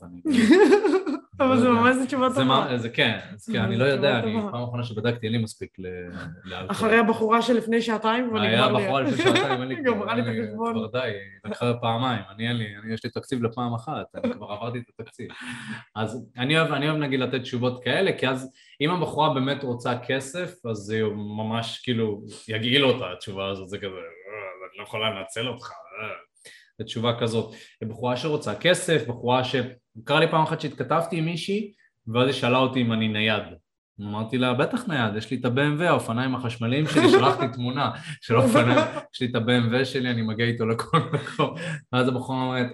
אבל זה ממש תשובה טובה.
זה כן, אני לא יודע, פעם אחרונה שבדקתי, אין לי מספיק לאלכוהול.
אחרי הבחורה שלפני שעתיים, כבר נגמר לי.
היה הבחורה לפני שעתיים, אין לי
גמרה לי את החשבון.
כבר די, לקחה פעמיים, יש לי תקציב לפעם אחת, אני כבר עברתי את התקציב. אז אני אוהב נגיד לתת תשובות כאלה, כי אז אם הבחורה באמת רוצה כסף, אז זה ממש כאילו יגעיל אותה התשובה הזאת, זה כזה, אני לא יכולה לנצל אותך, זו תשובה כזאת. בחורה שרוצה כסף, בחורה קרה לי פעם אחת שהתכתבתי עם מישהי, ואז היא שאלה אותי אם אני נייד. אמרתי לה, בטח נייד, יש לי את ה-BMW, האופניים החשמליים שלי, שלחתי תמונה של האופניים, יש לי את ה-BMW שלי, אני מגיע איתו לכל מקום. ואז הבחורה אומרת,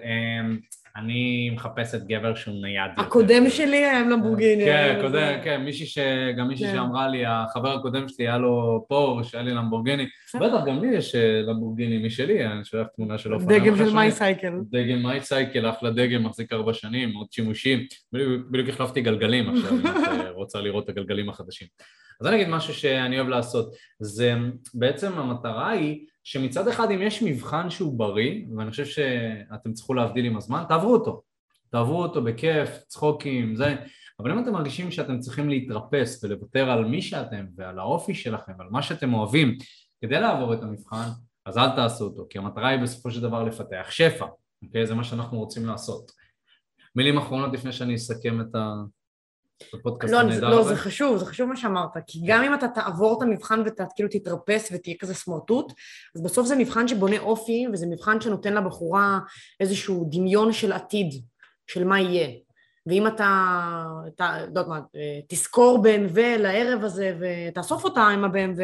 אני מחפשת גבר שהוא נייד.
הקודם שלי היה עם למבורגיני.
כן, גם מישהי שאמרה לי, החבר הקודם שלי היה לו פורש, היה לי למבורגיני. בטח, גם לי יש למבורגיני משלי, אני שולח תמונה של האופניים
החשמליים. דגם של מייסייקל.
דגם מייסייקל, אחלה דגם, מחזיק 4 שנים, מאוד שימושים. בדיוק החלפתי גלגלים עכשיו, אם את רוצה לראות את הגלגלים החדשים. אז אני אגיד משהו שאני אוהב לעשות, זה בעצם המטרה היא שמצד אחד אם יש מבחן שהוא בריא, ואני חושב שאתם צריכו להבדיל עם הזמן, תעברו אותו בכיף, צחוקים, זה, אבל אם אתם מרגישים שאתם צריכים להתרפס ולוותר על מי שאתם ועל האופי שלכם, על מה שאתם אוהבים, כדי לעבור את המבחן, אז אל תעשו אותו, כי המטרה היא בסופו של דבר לפתח שפע, אוקיי? זה מה שאנחנו רוצים לעשות. מילים אחרונות לפני שאני אסכם את הפודקאסט הנהדר.
לא, זה חשוב מה שאמרת, כי גם אם אתה תעבור את המבחן ואתה כאילו תתרפס ותהיה כזה סמרטוט, אז בסוף זה מבחן שבונה אופי, וזה מבחן שנותן לבחורה איזשהו דמיון של עתיד, של מה יהיה. ואם אתה תזכור BMW לערב הזה ותאסוף אותה עם ה-BMW,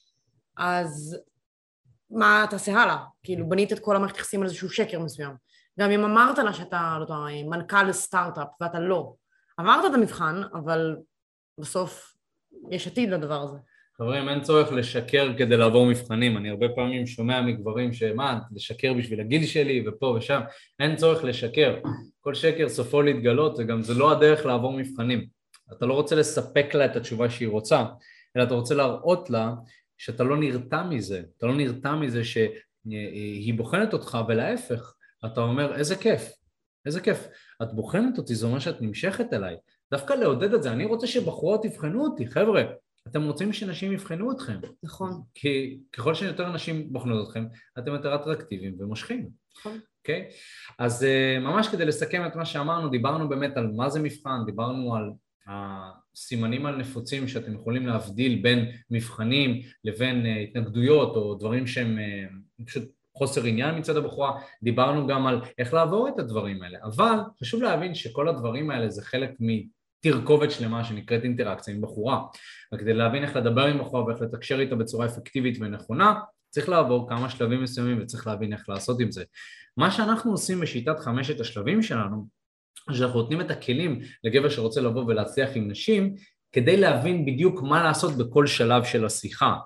אז מה תעשה הלאה? כאילו בנית את כל המערכת יחסים על איזשהו שקר מסוים. גם אם אמרת לה שאתה, לא יודע, מנכ"ל סטארט-אפ ואתה לא, עברת את המבחן, אבל בסוף יש עתיד לדבר הזה.
חברים, אין צורך לשקר כדי לעבור מבחנים. אני הרבה פעמים שומע מגברים שמה, לשקר בשביל הגיל שלי ופה ושם. אין צורך לשקר. כל שקר סופו להתגלות, וגם זה לא הדרך לעבור מבחנים. אתה לא רוצה לספק לה את התשובה שהיא רוצה, אלא אתה רוצה להראות לה שאתה לא נרתע מזה. אתה לא נרתע מזה שהיא בוחנת אותך, ולהפך. אתה אומר, איזה כיף. איזה כיף. את בוחנת אותי, זו אומר שאת נמשכת אליי. דווקא לעודד את זה. אני רוצה שבחורות יבחנו אותי, חבר'ה. אתם רוצים שנשים יבחנו אתכם.
נכון.
כי ככל שיותר נשים בוחנות אתכם, אתם יותר אטרקטיביים ומושכים.
נכון.
אוקיי? אז ממש כדי לסכם את מה שאמרנו, דיברנו באמת על מה זה מבחן, דיברנו על הסימנים הנפוצים שאתם יכולים להבדיל בין מבחנים לבין התנגדויות או דברים שהם פשוט חוסר עניין מצד הבחורה, דיברנו גם על איך לעבור את הדברים האלה, אבל חשוב להבין שכל הדברים האלה זה חלק מתרכובת שלמה שנקראת אינטראקציה עם בחורה, וכדי להבין איך לדבר עם בחורה ואיך לתקשר איתה בצורה אפקטיבית ונכונה, צריך לעבור כמה שלבים מסוימים וצריך להבין איך לעשות עם זה. מה שאנחנו עושים בשיטת 5 השלבים שלנו, שאנחנו נותנים את הכלים לגבר שרוצה לבוא ולהצליח עם נשים, כדי להבין בדיוק מה לעשות בכל שלב של השיחה.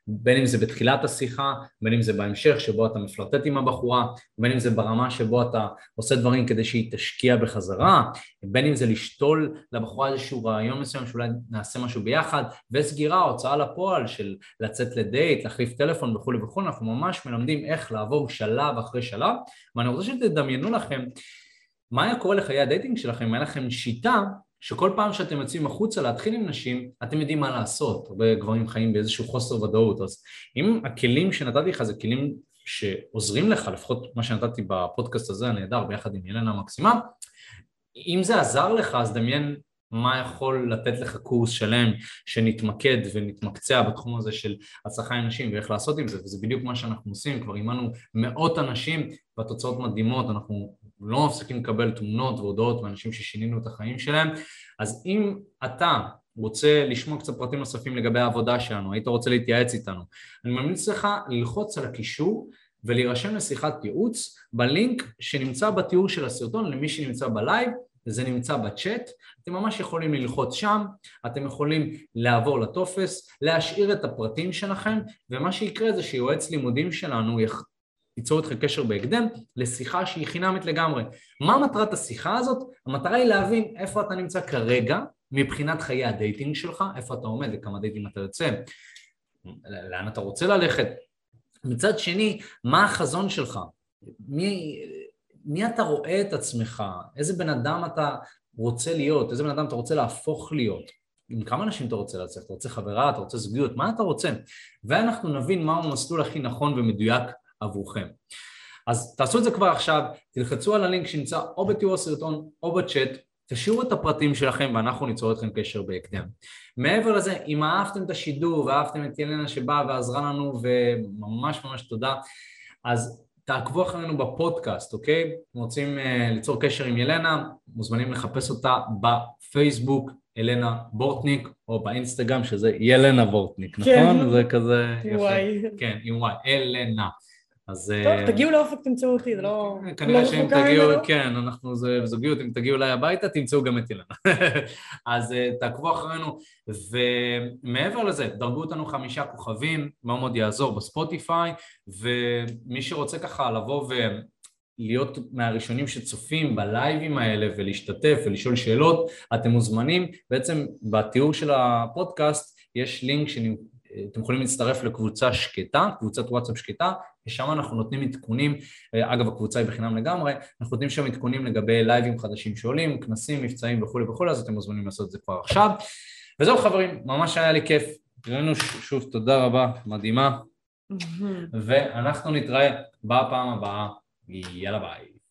בין אם זה בתחילת השיחה, בין אם זה בהמשך שבו אתה מפלרטט עם הבחורה, בין אם זה ברמה שבו אתה עושה דברים כדי שהיא תשקיע בחזרה, בין אם זה לשתול לבחורה איזשהו רעיון מסוים שאולי נעשה משהו ביחד, וסגירה, הוצאה לפועל של לצאת לדייט, להחליף טלפון וכו' וכו', אנחנו ממש מלמדים איך לעבור שלב אחרי שלב, ואני רוצה שתדמיינו לכם מה היה קורה לחיי הדייטינג שלכם, אם היה לכם שיטה שכל פעם שאתם יוצאים החוצה להתחיל עם נשים, אתם יודעים מה לעשות. הרבה גברים חיים באיזשהו חוסר ודאות, אז אם הכלים שנתתי לך זה כלים שעוזרים לך, לפחות מה שנתתי בפודקאסט הזה הנהדר ביחד עם ילנה המקסימה, אם זה עזר לך, אז דמיין מה יכול לתת לך קורס שלם שנתמקד ונתמקצע בתחום הזה של הצלחה עם נשים ואיך לעשות עם זה, וזה בדיוק מה שאנחנו עושים, כבר אימנו מאות אנשים והתוצאות מדהימות, אנחנו לא מפסיקים לקבל תמונות והודעות מאנשים ששינינו את החיים שלהם, אז אם אתה רוצה לשמוע קצת פרטים נוספים לגבי העבודה שלנו, היית רוצה להתייעץ איתנו, אני ממליץ לך ללחוץ על הקישור ולהירשם לשיחת ייעוץ בלינק שנמצא בתיאור של הסרטון למי שנמצא בלייב, זה נמצא בצ'אט, אתם ממש יכולים ללחוץ שם, אתם יכולים לעבור לטופס, להשאיר את הפרטים שלכם, ומה שיקרה זה שיועץ לימודים שלנו ייצור אתכם קשר בהקדם לשיחה שהיא חינמית לגמרי. מה מטרת השיחה הזאת? המטרה היא להבין איפה אתה נמצא כרגע, מבחינת חיי הדייטינג שלך, איפה אתה עומד, לכמה דייטים אתה יוצא, לאן אתה רוצה ללכת. מצד שני, מה החזון שלך? מי אתה רואה את עצמך? איזה בן אדם אתה רוצה להיות? איזה בן אדם אתה רוצה להפוך להיות? עם כמה אנשים אתה רוצה להצליח? אתה רוצה חברה? אתה רוצה זוגיות? מה אתה רוצה? ואנחנו נבין מהו המסלול הכי נכון ומדויק עבורכם. אז תעשו את זה כבר עכשיו, תלחצו על הלינק שנמצא או בתיאור הסרטון או בצ'אט, תשאירו את הפרטים שלכם ואנחנו ניצור אתכם קשר בהקדם. מעבר לזה, אם אהבתם את השידור ואהבתם את ילנה שבאה ועזרה לנו וממש ממש תודה, אז תעקבו אחרינו בפודקאסט, אוקיי? אם רוצים ליצור קשר עם ילנה, מוזמנים לחפש אותה בפייסבוק, ילנה בורטניק, או באינסטגרם שזה ילנה בורטניק, נכון? זה כזה יפה. כן, עם וואי, ילנה.
טוב, תגיעו לאופק, תמצאו אותי, זה לא...
כנראה שאם תגיעו, כן, אנחנו זה בזוגיות, אם תגיעו אליי הביתה, תמצאו גם את ילנה. אז תעקבו אחרינו, ומעבר לזה, דרגו אותנו 5 כוכבים, מאוד מאוד יעזור בספוטיפיי, ומי שרוצה ככה לבוא ולהיות מהראשונים שצופים בלייבים האלה, ולהשתתף ולשאול שאלות, אתם מוזמנים, בעצם בתיאור של הפודקאסט, יש לינק אתם יכולים להצטרף לקבוצה שקטה, קבוצת וואטסאפ שקטה, ושם אנחנו נותנים עדכונים, אגב הקבוצה היא בחינם לגמרי, אנחנו נותנים שם עדכונים לגבי לייבים חדשים שעולים, כנסים, מבצעים וכו' וכו', אז אתם מוזמנים לעשות את זה כבר עכשיו. וזהו חברים, ממש היה לי כיף, ראינו שוב תודה רבה, מדהימה, ואנחנו נתראה בפעם הבאה, יאללה ביי.